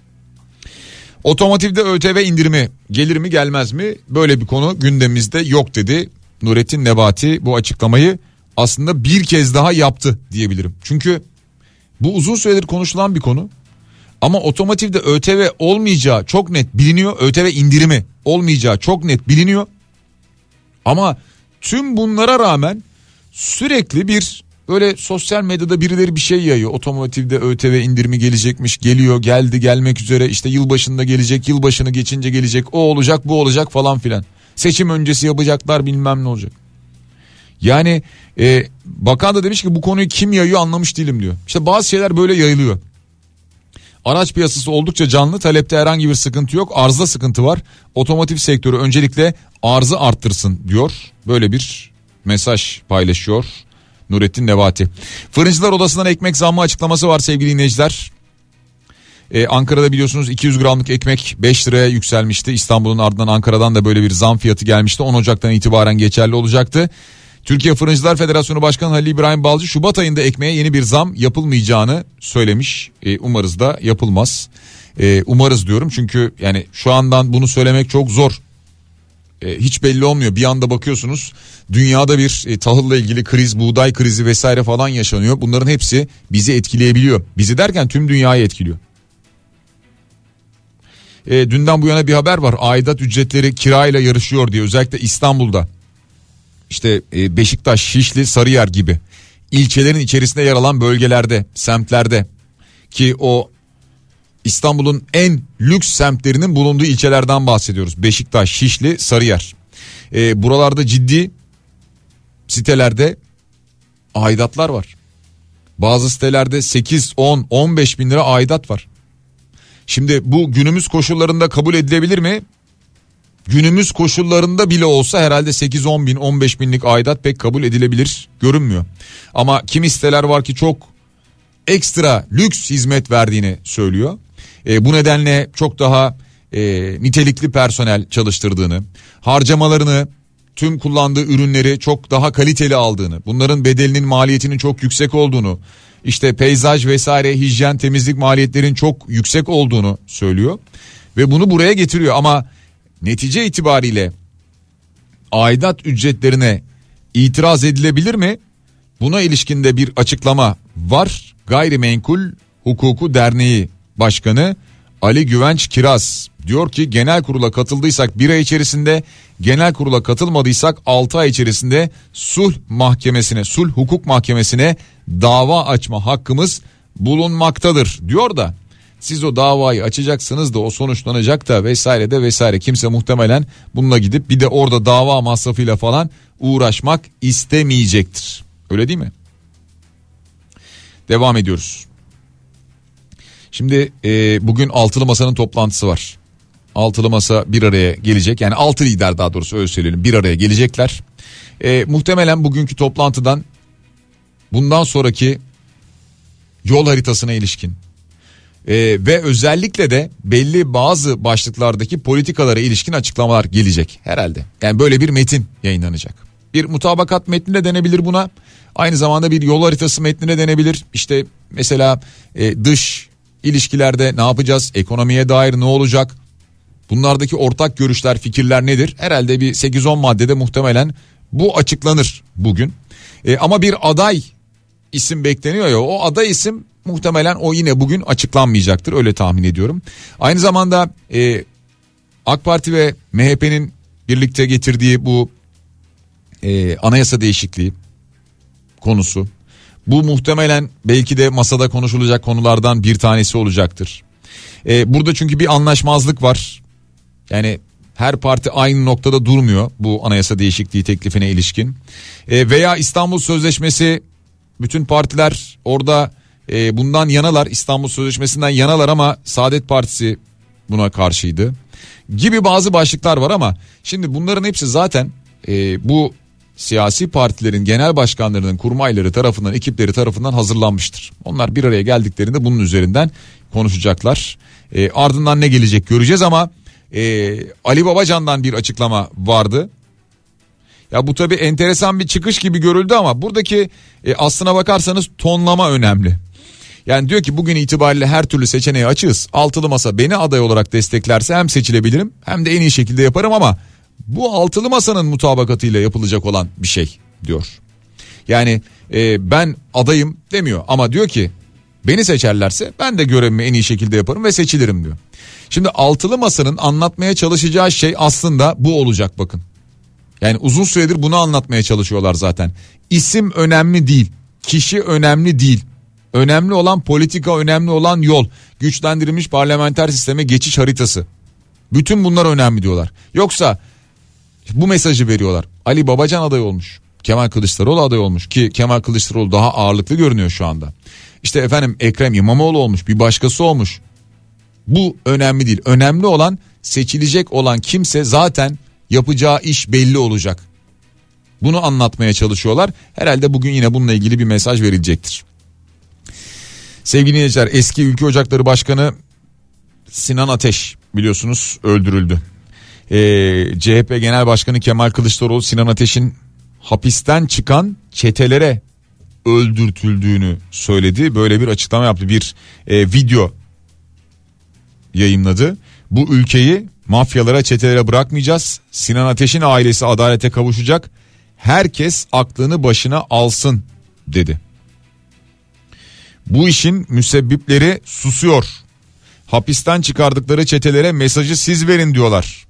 Otomotivde ÖTV indirimi gelir mi gelmez mi? Böyle bir konu gündemimizde yok dedi. Nurettin Nebati bu açıklamayı aslında bir kez daha yaptı diyebilirim. Çünkü bu uzun süredir konuşulan bir konu. Ama otomotivde ÖTV olmayacağı çok net biliniyor. ÖTV indirimi olmayacağı çok net biliniyor. Ama tüm bunlara rağmen sürekli bir böyle sosyal medyada birileri bir şey yayıyor. Otomotivde ÖTV indirimi gelecekmiş, geliyor, geldi, gelmek üzere, işte yılbaşında gelecek, yılbaşını geçince gelecek, o olacak, bu olacak falan filan. Seçim öncesi yapacaklar, bilmem ne olacak. Yani e, bakan da demiş ki bu konuyu kim yayıyor anlamış değilim diyor. İşte bazı şeyler böyle yayılıyor. Araç piyasası oldukça canlı, talepte herhangi bir sıkıntı yok, arzda sıkıntı var. Otomotiv sektörü öncelikle arzı arttırsın diyor. Böyle bir mesaj paylaşıyor Nurettin Nebati. Fırıncılar Odası'ndan ekmek zammı açıklaması var sevgili dinleyiciler. Ee, Ankara'da biliyorsunuz iki yüz gramlık ekmek beş liraya yükselmişti. İstanbul'un ardından Ankara'dan da böyle bir zam fiyatı gelmişti. on Ocak'tan itibaren geçerli olacaktı. Türkiye Fırıncılar Federasyonu Başkanı Halil İbrahim Balcı Şubat ayında ekmeğe yeni bir zam yapılmayacağını söylemiş. Ee, umarız da yapılmaz. Ee, umarız diyorum çünkü yani şu andan bunu söylemek çok zor. Ee, hiç belli olmuyor. Bir anda bakıyorsunuz dünyada bir e, tahılla ilgili kriz, buğday krizi vesaire falan yaşanıyor. Bunların hepsi bizi etkileyebiliyor. Bizi derken tüm dünyayı etkiliyor. E, dünden bu yana bir haber var. Aidat ücretleri kirayla yarışıyor diye, özellikle İstanbul'da. İşte e, Beşiktaş, Şişli, Sarıyer gibi ilçelerin içerisinde yer alan bölgelerde, semtlerde, ki o İstanbul'un en lüks semtlerinin bulunduğu ilçelerden bahsediyoruz. Beşiktaş, Şişli, Sarıyer. E, buralarda ciddi sitelerde aidatlar var. Bazı sitelerde sekiz, on, on beş bin lira aidat var. Şimdi bu günümüz koşullarında kabul edilebilir mi? Günümüz koşullarında bile olsa herhalde sekiz on bin, on beş binlik aidat pek kabul edilebilir görünmüyor. Ama kimi siteler var ki çok ekstra lüks hizmet verdiğini söylüyor. E, bu nedenle çok daha e, nitelikli personel çalıştırdığını, harcamalarını tüm kullandığı ürünleri çok daha kaliteli aldığını, bunların bedelinin maliyetinin çok yüksek olduğunu, işte peyzaj vesaire hijyen temizlik maliyetlerin çok yüksek olduğunu söylüyor. Ve bunu buraya getiriyor ama netice itibariyle aidat ücretlerine itiraz edilebilir mi? Buna ilişkinde bir açıklama var. Gayrimenkul Hukuku Derneği Başkanı Ali Güvenç Kiraz diyor ki genel kurula katıldıysak bir ay içerisinde, genel kurula katılmadıysak altı ay içerisinde sulh mahkemesine, sulh hukuk mahkemesine dava açma hakkımız bulunmaktadır diyor da siz o davayı açacaksınız da o sonuçlanacak da vesaire de vesaire, kimse muhtemelen bununla gidip bir de orada dava masrafıyla falan uğraşmak istemeyecektir. Öyle değil mi? Devam ediyoruz. Şimdi e, bugün Altılı Masa'nın toplantısı var. Altılı Masa bir araya gelecek. Yani altı lider, daha doğrusu öyle söyleyelim, bir araya gelecekler. E, muhtemelen bugünkü toplantıdan bundan sonraki yol haritasına ilişkin e, ve özellikle de belli bazı başlıklardaki politikalara ilişkin açıklamalar gelecek herhalde. Yani böyle bir metin yayınlanacak. Bir mutabakat metni de denebilir buna. Aynı zamanda bir yol haritası metnine denebilir. İşte mesela e, dış ilişkilerde ne yapacağız? Ekonomiye dair ne olacak? Bunlardaki ortak görüşler, fikirler nedir? Herhalde bir sekiz on maddede muhtemelen bu açıklanır bugün. E, ama bir aday isim bekleniyor ya, o aday isim muhtemelen o yine bugün açıklanmayacaktır, öyle tahmin ediyorum. Aynı zamanda e, AK Parti ve M H P'nin birlikte getirdiği bu e, anayasa değişikliği konusu, bu muhtemelen belki de masada konuşulacak konulardan bir tanesi olacaktır. Ee, burada çünkü bir anlaşmazlık var. Yani her parti aynı noktada durmuyor bu anayasa değişikliği teklifine ilişkin. Ee, veya İstanbul Sözleşmesi, bütün partiler orada e, bundan yanalar, İstanbul Sözleşmesi'nden yanalar ama Saadet Partisi buna karşıydı. Gibi bazı başlıklar var ama şimdi bunların hepsi zaten e, bu siyasi partilerin genel başkanlarının kurmayları tarafından, ekipleri tarafından hazırlanmıştır. Onlar bir araya geldiklerinde bunun üzerinden konuşacaklar. E, ardından ne gelecek göreceğiz ama e, Ali Babacan'dan bir açıklama vardı. Ya bu tabii enteresan bir çıkış gibi görüldü ama buradaki e, aslına bakarsanız tonlama önemli. Yani diyor ki bugün itibariyle her türlü seçeneğe açığız. Altılı Masa beni aday olarak desteklerse hem seçilebilirim hem de en iyi şekilde yaparım ama bu altılı masanın mutabakatıyla yapılacak olan bir şey diyor. Yani e, ben adayım demiyor ama diyor ki beni seçerlerse ben de görevimi en iyi şekilde yaparım ve seçilirim diyor. Şimdi altılı masanın anlatmaya çalışacağı şey aslında bu olacak, bakın. Yani uzun süredir bunu anlatmaya çalışıyorlar zaten. İsim önemli değil, kişi önemli değil. Önemli olan politika, önemli olan yol, güçlendirilmiş parlamenter sisteme geçiş haritası. Bütün bunlar önemli diyorlar. Yoksa bu mesajı veriyorlar. Ali Babacan aday olmuş, Kemal Kılıçdaroğlu aday olmuş ki Kemal Kılıçdaroğlu daha ağırlıklı görünüyor şu anda. İşte efendim Ekrem İmamoğlu olmuş, bir başkası olmuş. Bu önemli değil. Önemli olan seçilecek olan kimse, zaten yapacağı iş belli olacak. Bunu anlatmaya çalışıyorlar. Herhalde bugün yine bununla ilgili bir mesaj verilecektir. Sevgili dinleyiciler, eski Ülke Ocakları Başkanı Sinan Ateş biliyorsunuz öldürüldü. Ee, C H P Genel Başkanı Kemal Kılıçdaroğlu Sinan Ateş'in hapisten çıkan çetelere öldürtüldüğünü söyledi. Böyle bir açıklama yaptı, bir e, video yayınladı. Bu ülkeyi mafyalara, çetelere bırakmayacağız. Sinan Ateş'in ailesi adalete kavuşacak. Herkes aklını başına alsın dedi. Bu işin müsebbipleri susuyor. Hapisten çıkardıkları çetelere mesajı siz verin diyorlar.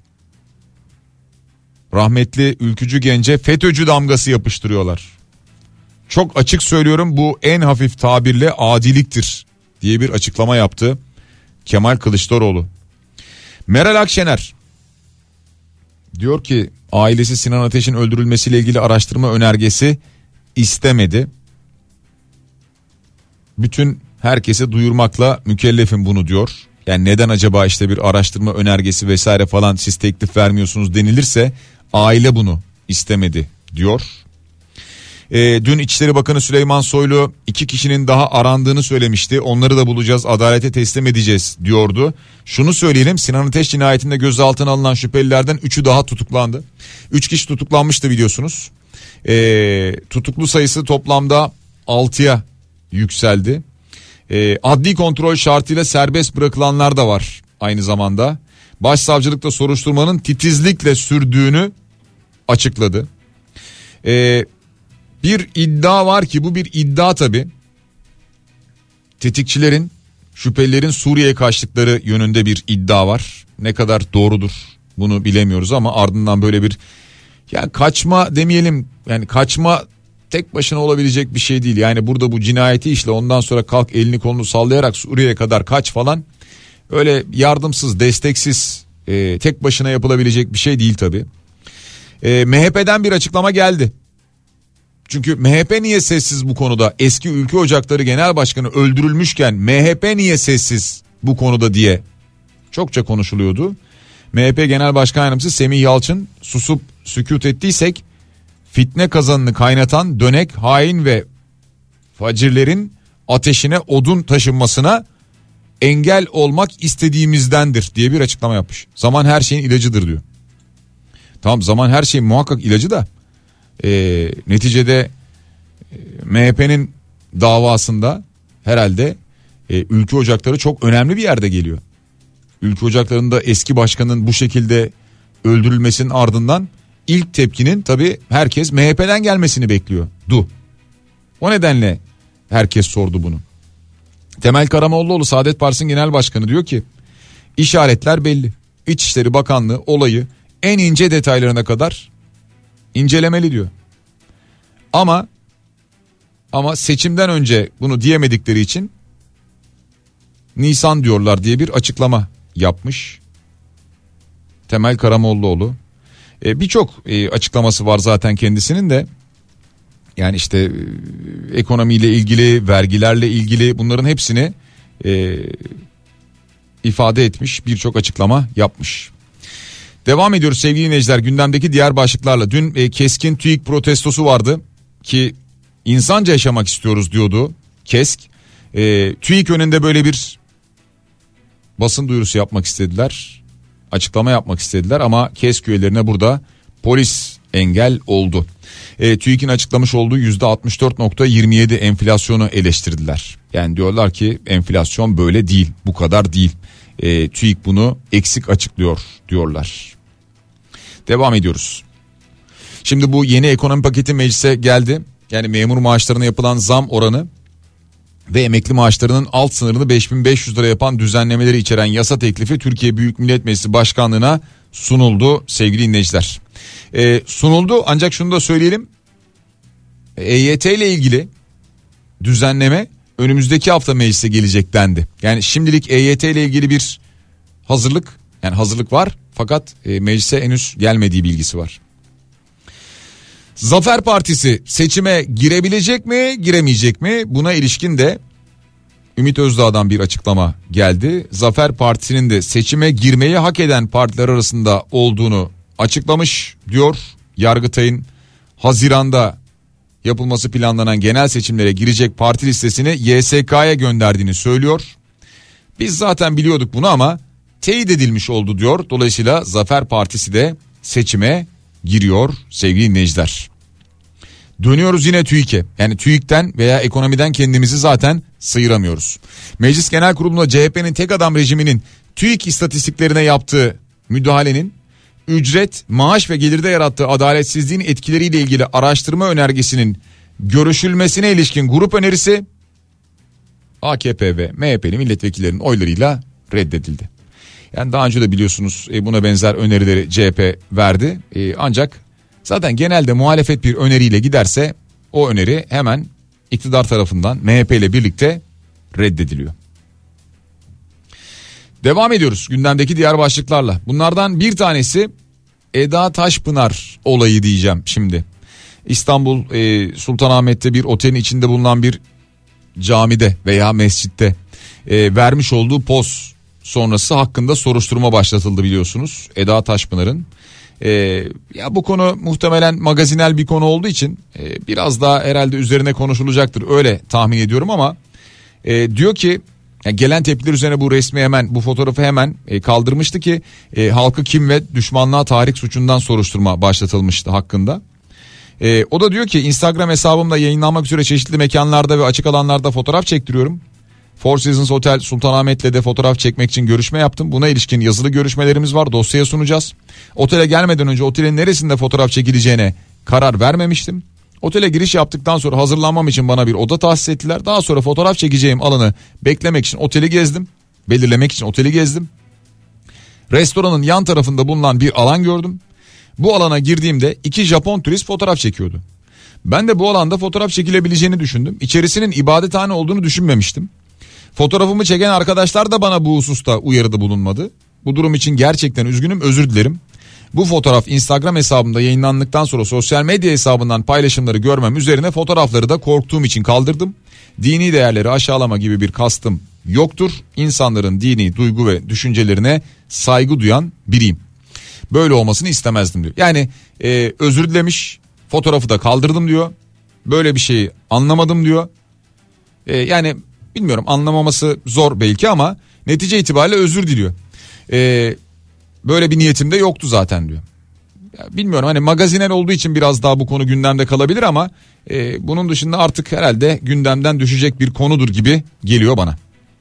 Rahmetli ülkücü gence FETÖ'cü damgası yapıştırıyorlar. Çok açık söylüyorum, bu en hafif tabirle adiliktir diye bir açıklama yaptı Kemal Kılıçdaroğlu. Meral Akşener diyor ki ailesi Sinan Ateş'in öldürülmesiyle ilgili araştırma önergesi istemedi. Bütün herkese duyurmakla mükellefim bunu diyor. Yani neden acaba işte bir araştırma önergesi vesaire falan siz teklif vermiyorsunuz denilirse aile bunu istemedi diyor. E, dün İçişleri Bakanı Süleyman Soylu iki kişinin daha arandığını söylemişti. Onları da bulacağız, adalete teslim edeceğiz diyordu. Şunu söyleyelim, Sinan Ateş cinayetinde gözaltına alınan şüphelilerden üçü daha tutuklandı. Üç kişi tutuklanmıştı biliyorsunuz. E, tutuklu sayısı toplamda altıya yükseldi. E, adli kontrol şartıyla serbest bırakılanlar da var aynı zamanda. Başsavcılıkta soruşturmanın titizlikle sürdüğünü açıkladı. E, bir iddia var ki bu bir iddia tabii. Tetikçilerin, şüphelilerin Suriye'ye kaçtıkları yönünde bir iddia var. Ne kadar doğrudur bunu bilemiyoruz ama ardından böyle bir, ya kaçma demeyelim, yani kaçma tek başına olabilecek bir şey değil. Yani burada bu cinayeti işle ondan sonra kalk elini kolunu sallayarak Suriye'ye kadar kaç falan, öyle yardımsız, desteksiz, e, tek başına yapılabilecek bir şey değil tabii. E, M H P'den bir açıklama geldi. Çünkü M H P niye sessiz bu konuda? Eski Ülke Ocakları Genel Başkanı öldürülmüşken M H P niye sessiz bu konuda diye çokça konuşuluyordu. M H P Genel Başkan Yardımcısı Semih Yalçın, susup sükût ettiysek fitne kazanını kaynatan dönek, hain ve facirlerin ateşine odun taşınmasına engel olmak istediğimizdendir diye bir açıklama yapmış. Zaman her şeyin ilacıdır diyor. Tamam, zaman her şeyin muhakkak ilacı da e, neticede e, M H P'nin davasında herhalde e, Ülke Ocakları çok önemli bir yerde geliyor. Ülke Ocakları'nda eski başkanın bu şekilde öldürülmesinin ardından ilk tepkinin tabii herkes M H P'den gelmesini bekliyor. Du. O nedenle herkes sordu bunu. Temel Karamollaoğlu, Saadet Partisi'nin genel başkanı, diyor ki işaretler belli. İçişleri Bakanlığı olayı en ince detaylarına kadar incelemeli diyor. Ama ama seçimden önce bunu diyemedikleri için Nisan diyorlar diye bir açıklama yapmış Temel Karamollaoğlu. E, Birçok e, açıklaması var zaten kendisinin de. Yani işte e, ekonomiyle ilgili, vergilerle ilgili, bunların hepsini e, ifade etmiş, birçok açıklama yapmış. Devam ediyoruz sevgili dinleyiciler gündemdeki diğer başlıklarla. Dün e, keskin TÜİK protestosu vardı ki insanca yaşamak istiyoruz diyordu KESK. E, TÜİK önünde böyle bir basın duyurusu yapmak istediler. Açıklama yapmak istediler ama KESK üyelerine burada polis engel oldu. E, TÜİK'in açıklamış olduğu yüzde altmış dört virgül yirmi yedi enflasyonu eleştirdiler. Yani diyorlar ki enflasyon böyle değil, bu kadar değil. E, TÜİK bunu eksik açıklıyor diyorlar. Devam ediyoruz. Şimdi bu yeni ekonomi paketi meclise geldi. Yani memur maaşlarına yapılan zam oranı ve emekli maaşlarının alt sınırını beş bin beş yüz lira yapan düzenlemeleri içeren yasa teklifi Türkiye Büyük Millet Meclisi Başkanlığı'na sunuldu sevgili dinleyiciler. Ee, sunuldu ancak şunu da söyleyelim. E Y T ile ilgili düzenleme önümüzdeki hafta meclise gelecek dendi. Yani şimdilik E Y T ile ilgili bir hazırlık, yani hazırlık var fakat e, meclise henüz gelmediği bilgisi var. Zafer Partisi seçime girebilecek mi, giremeyecek mi? Buna ilişkin de Ümit Özdağ'dan bir açıklama geldi. Zafer Partisi'nin de seçime girmeyi hak eden partiler arasında olduğunu açıklamış diyor. Yargıtay'ın Haziran'da yapılması planlanan genel seçimlere girecek parti listesini Y S K'ya gönderdiğini söylüyor. Biz zaten biliyorduk bunu ama teyit edilmiş oldu diyor. Dolayısıyla Zafer Partisi de seçime giriyor sevgili dinleyiciler. Dönüyoruz yine TÜİK'e. Yani TÜİK'ten veya ekonomiden kendimizi zaten sıyıramıyoruz. Meclis Genel Kurulu'nda C H P'nin tek adam rejiminin TÜİK istatistiklerine yaptığı müdahalenin ücret, maaş ve gelirde yarattığı adaletsizliğin etkileriyle ilgili araştırma önergesinin görüşülmesine ilişkin grup önerisi A K P ve M H P'li milletvekillerinin oylarıyla reddedildi. Yani daha önce de biliyorsunuz buna benzer önerileri C H P verdi. Ancak zaten genelde muhalefet bir öneriyle giderse o öneri hemen iktidar tarafından M H P ile birlikte reddediliyor. Devam ediyoruz gündemdeki diğer başlıklarla. Bunlardan bir tanesi Eda Taşpınar olayı diyeceğim şimdi. İstanbul e, Sultanahmet'te bir otelin içinde bulunan bir camide veya mescitte e, vermiş olduğu poz sonrası hakkında soruşturma başlatıldı biliyorsunuz. Eda Taşpınar'ın Ee, ya bu konu muhtemelen magazinel bir konu olduğu için e, biraz daha herhalde üzerine konuşulacaktır, öyle tahmin ediyorum ama e, diyor ki yani gelen tepkiler üzerine bu resmi hemen, bu fotoğrafı hemen e, kaldırmıştı ki e, halkı kim ve düşmanlığa tahrik suçundan soruşturma başlatılmıştı hakkında. E, o da diyor ki Instagram hesabımda yayınlanmak üzere çeşitli mekanlarda ve açık alanlarda fotoğraf çektiriyorum. Four Seasons Hotel Sultanahmet'le de fotoğraf çekmek için görüşme yaptım. Buna ilişkin yazılı görüşmelerimiz var, dosyaya sunacağız. Otele gelmeden önce otelin neresinde fotoğraf çekileceğine karar vermemiştim. Otele giriş yaptıktan sonra hazırlanmam için bana bir oda tahsis ettiler. Daha sonra fotoğraf çekeceğim alanı beklemek için oteli gezdim. Belirlemek için oteli gezdim. Restoranın yan tarafında bulunan bir alan gördüm. Bu alana girdiğimde iki Japon turist fotoğraf çekiyordu. Ben de bu alanda fotoğraf çekilebileceğini düşündüm. İçerisinin ibadethane olduğunu düşünmemiştim. Fotoğrafımı çeken arkadaşlar da bana bu hususta uyarıda bulunmadı. Bu durum için gerçekten üzgünüm, özür dilerim. Bu fotoğraf Instagram hesabımda yayınlandıktan sonra sosyal medya hesabından paylaşımları görmem üzerine fotoğrafları da korktuğum için kaldırdım. Dini değerleri aşağılama gibi bir kastım yoktur. İnsanların dini duygu ve düşüncelerine saygı duyan biriyim. Böyle olmasını istemezdim diyor. Yani e, özür dilemiş, fotoğrafı da kaldırdım diyor. Böyle bir şeyi anlamadım diyor. E, yani bilmiyorum, anlamaması zor belki ama netice itibariyle özür diliyor. E, böyle bir niyetim de yoktu zaten diyor. Ya bilmiyorum, hani magazinel olduğu için biraz daha bu konu gündemde kalabilir ama e, bunun dışında artık herhalde gündemden düşecek bir konudur gibi geliyor bana.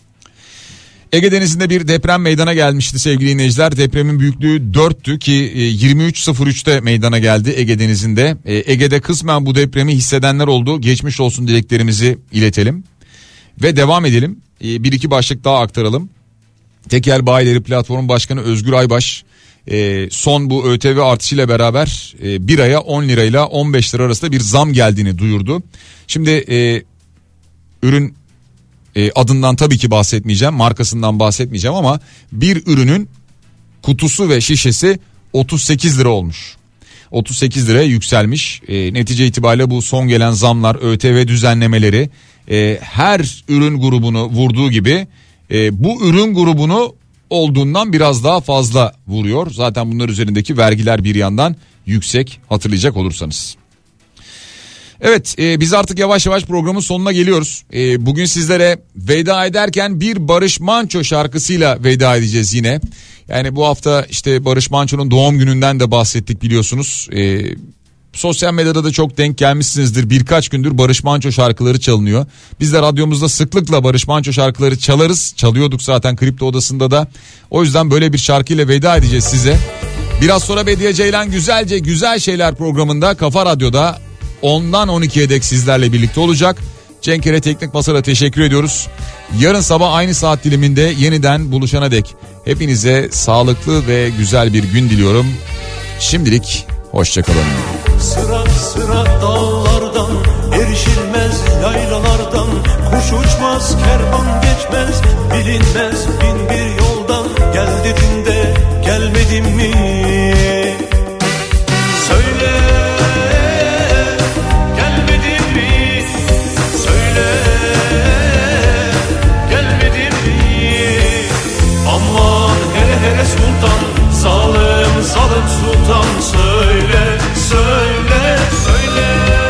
Ege Denizi'nde bir deprem meydana gelmişti sevgili dinleyiciler. Depremin büyüklüğü dörttü ki yirmi üç sıfır üçte meydana geldi Ege Denizi'nde. Ege'de kısmen bu depremi hissedenler oldu. Geçmiş olsun dileklerimizi iletelim. Ve devam edelim. Bir iki başlık daha aktaralım. Tekel Bayileri Platformu Başkanı Özgür Aybaş son bu ÖTV artışıyla beraber bir aya on lirayla on beş lira arasında bir zam geldiğini duyurdu. Şimdi ürün adından tabii ki bahsetmeyeceğim, markasından bahsetmeyeceğim ama bir ürünün kutusu ve şişesi otuz sekiz lira olmuş. otuz sekiz liraya yükselmiş. E, netice itibariyle bu son gelen zamlar, ÖTV düzenlemeleri e, her ürün grubunu vurduğu gibi e, bu ürün grubunu olduğundan biraz daha fazla vuruyor. Zaten bunlar üzerindeki vergiler bir yandan yüksek, hatırlayacak olursanız. Evet, e, biz artık yavaş yavaş programın sonuna geliyoruz. E, bugün sizlere veda ederken bir Barış Manço şarkısıyla veda edeceğiz yine. Yani bu hafta işte Barış Manço'nun doğum gününden de bahsettik biliyorsunuz. E, sosyal medyada da çok denk gelmişsinizdir. Birkaç gündür Barış Manço şarkıları çalınıyor. Biz de radyomuzda sıklıkla Barış Manço şarkıları çalarız. Çalıyorduk zaten Kripto Odası'nda da. O yüzden böyle bir şarkıyla veda edeceğiz size. Biraz sonra Bediye Ceylan Güzelce Güzel Şeyler programında Kafa Radyo'da ondan on ikiye dek sizlerle birlikte olacak. Cenkere Teknik Masa'da teşekkür ediyoruz. Yarın sabah aynı saat diliminde yeniden buluşana dek hepinize sağlıklı ve güzel bir gün diliyorum. Şimdilik hoşçakalın. Sıra sıra dağlardan, erişilmez yaylalardan, kuş uçmaz, kervan geçmez, bilinmez bin bir yoldan. Gel dedin de gelmedin mi? Söyle. Sultan, zalim zalim sultan, söyle söyle söyle,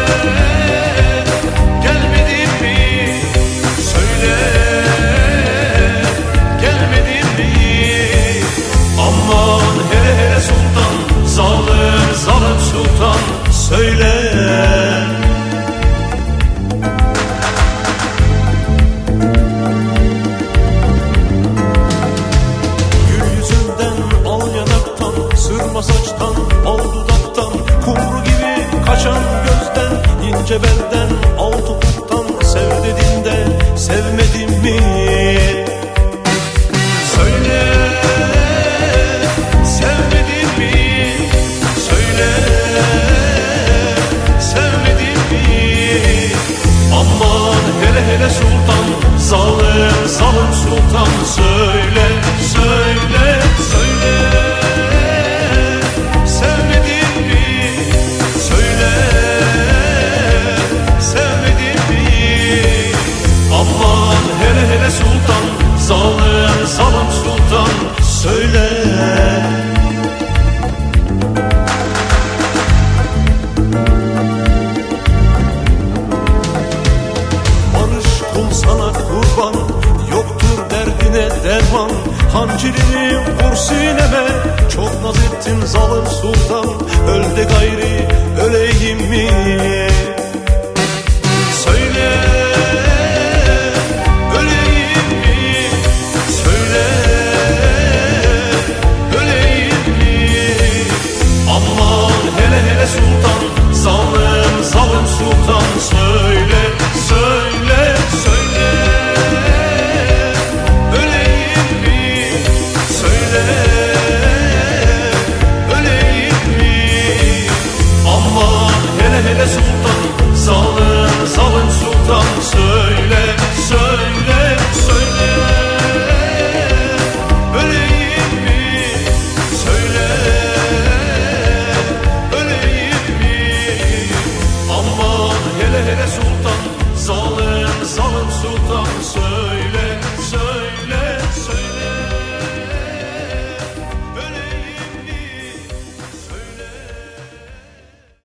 gelmedin mi? Söyle, gelmedin mi? Aman hele hele sultan. kurban, yoktur derdine derman. Hancirini vur sineme, çok naz ettin zalim sultan. Öl de gayri öleyim mi? Söyle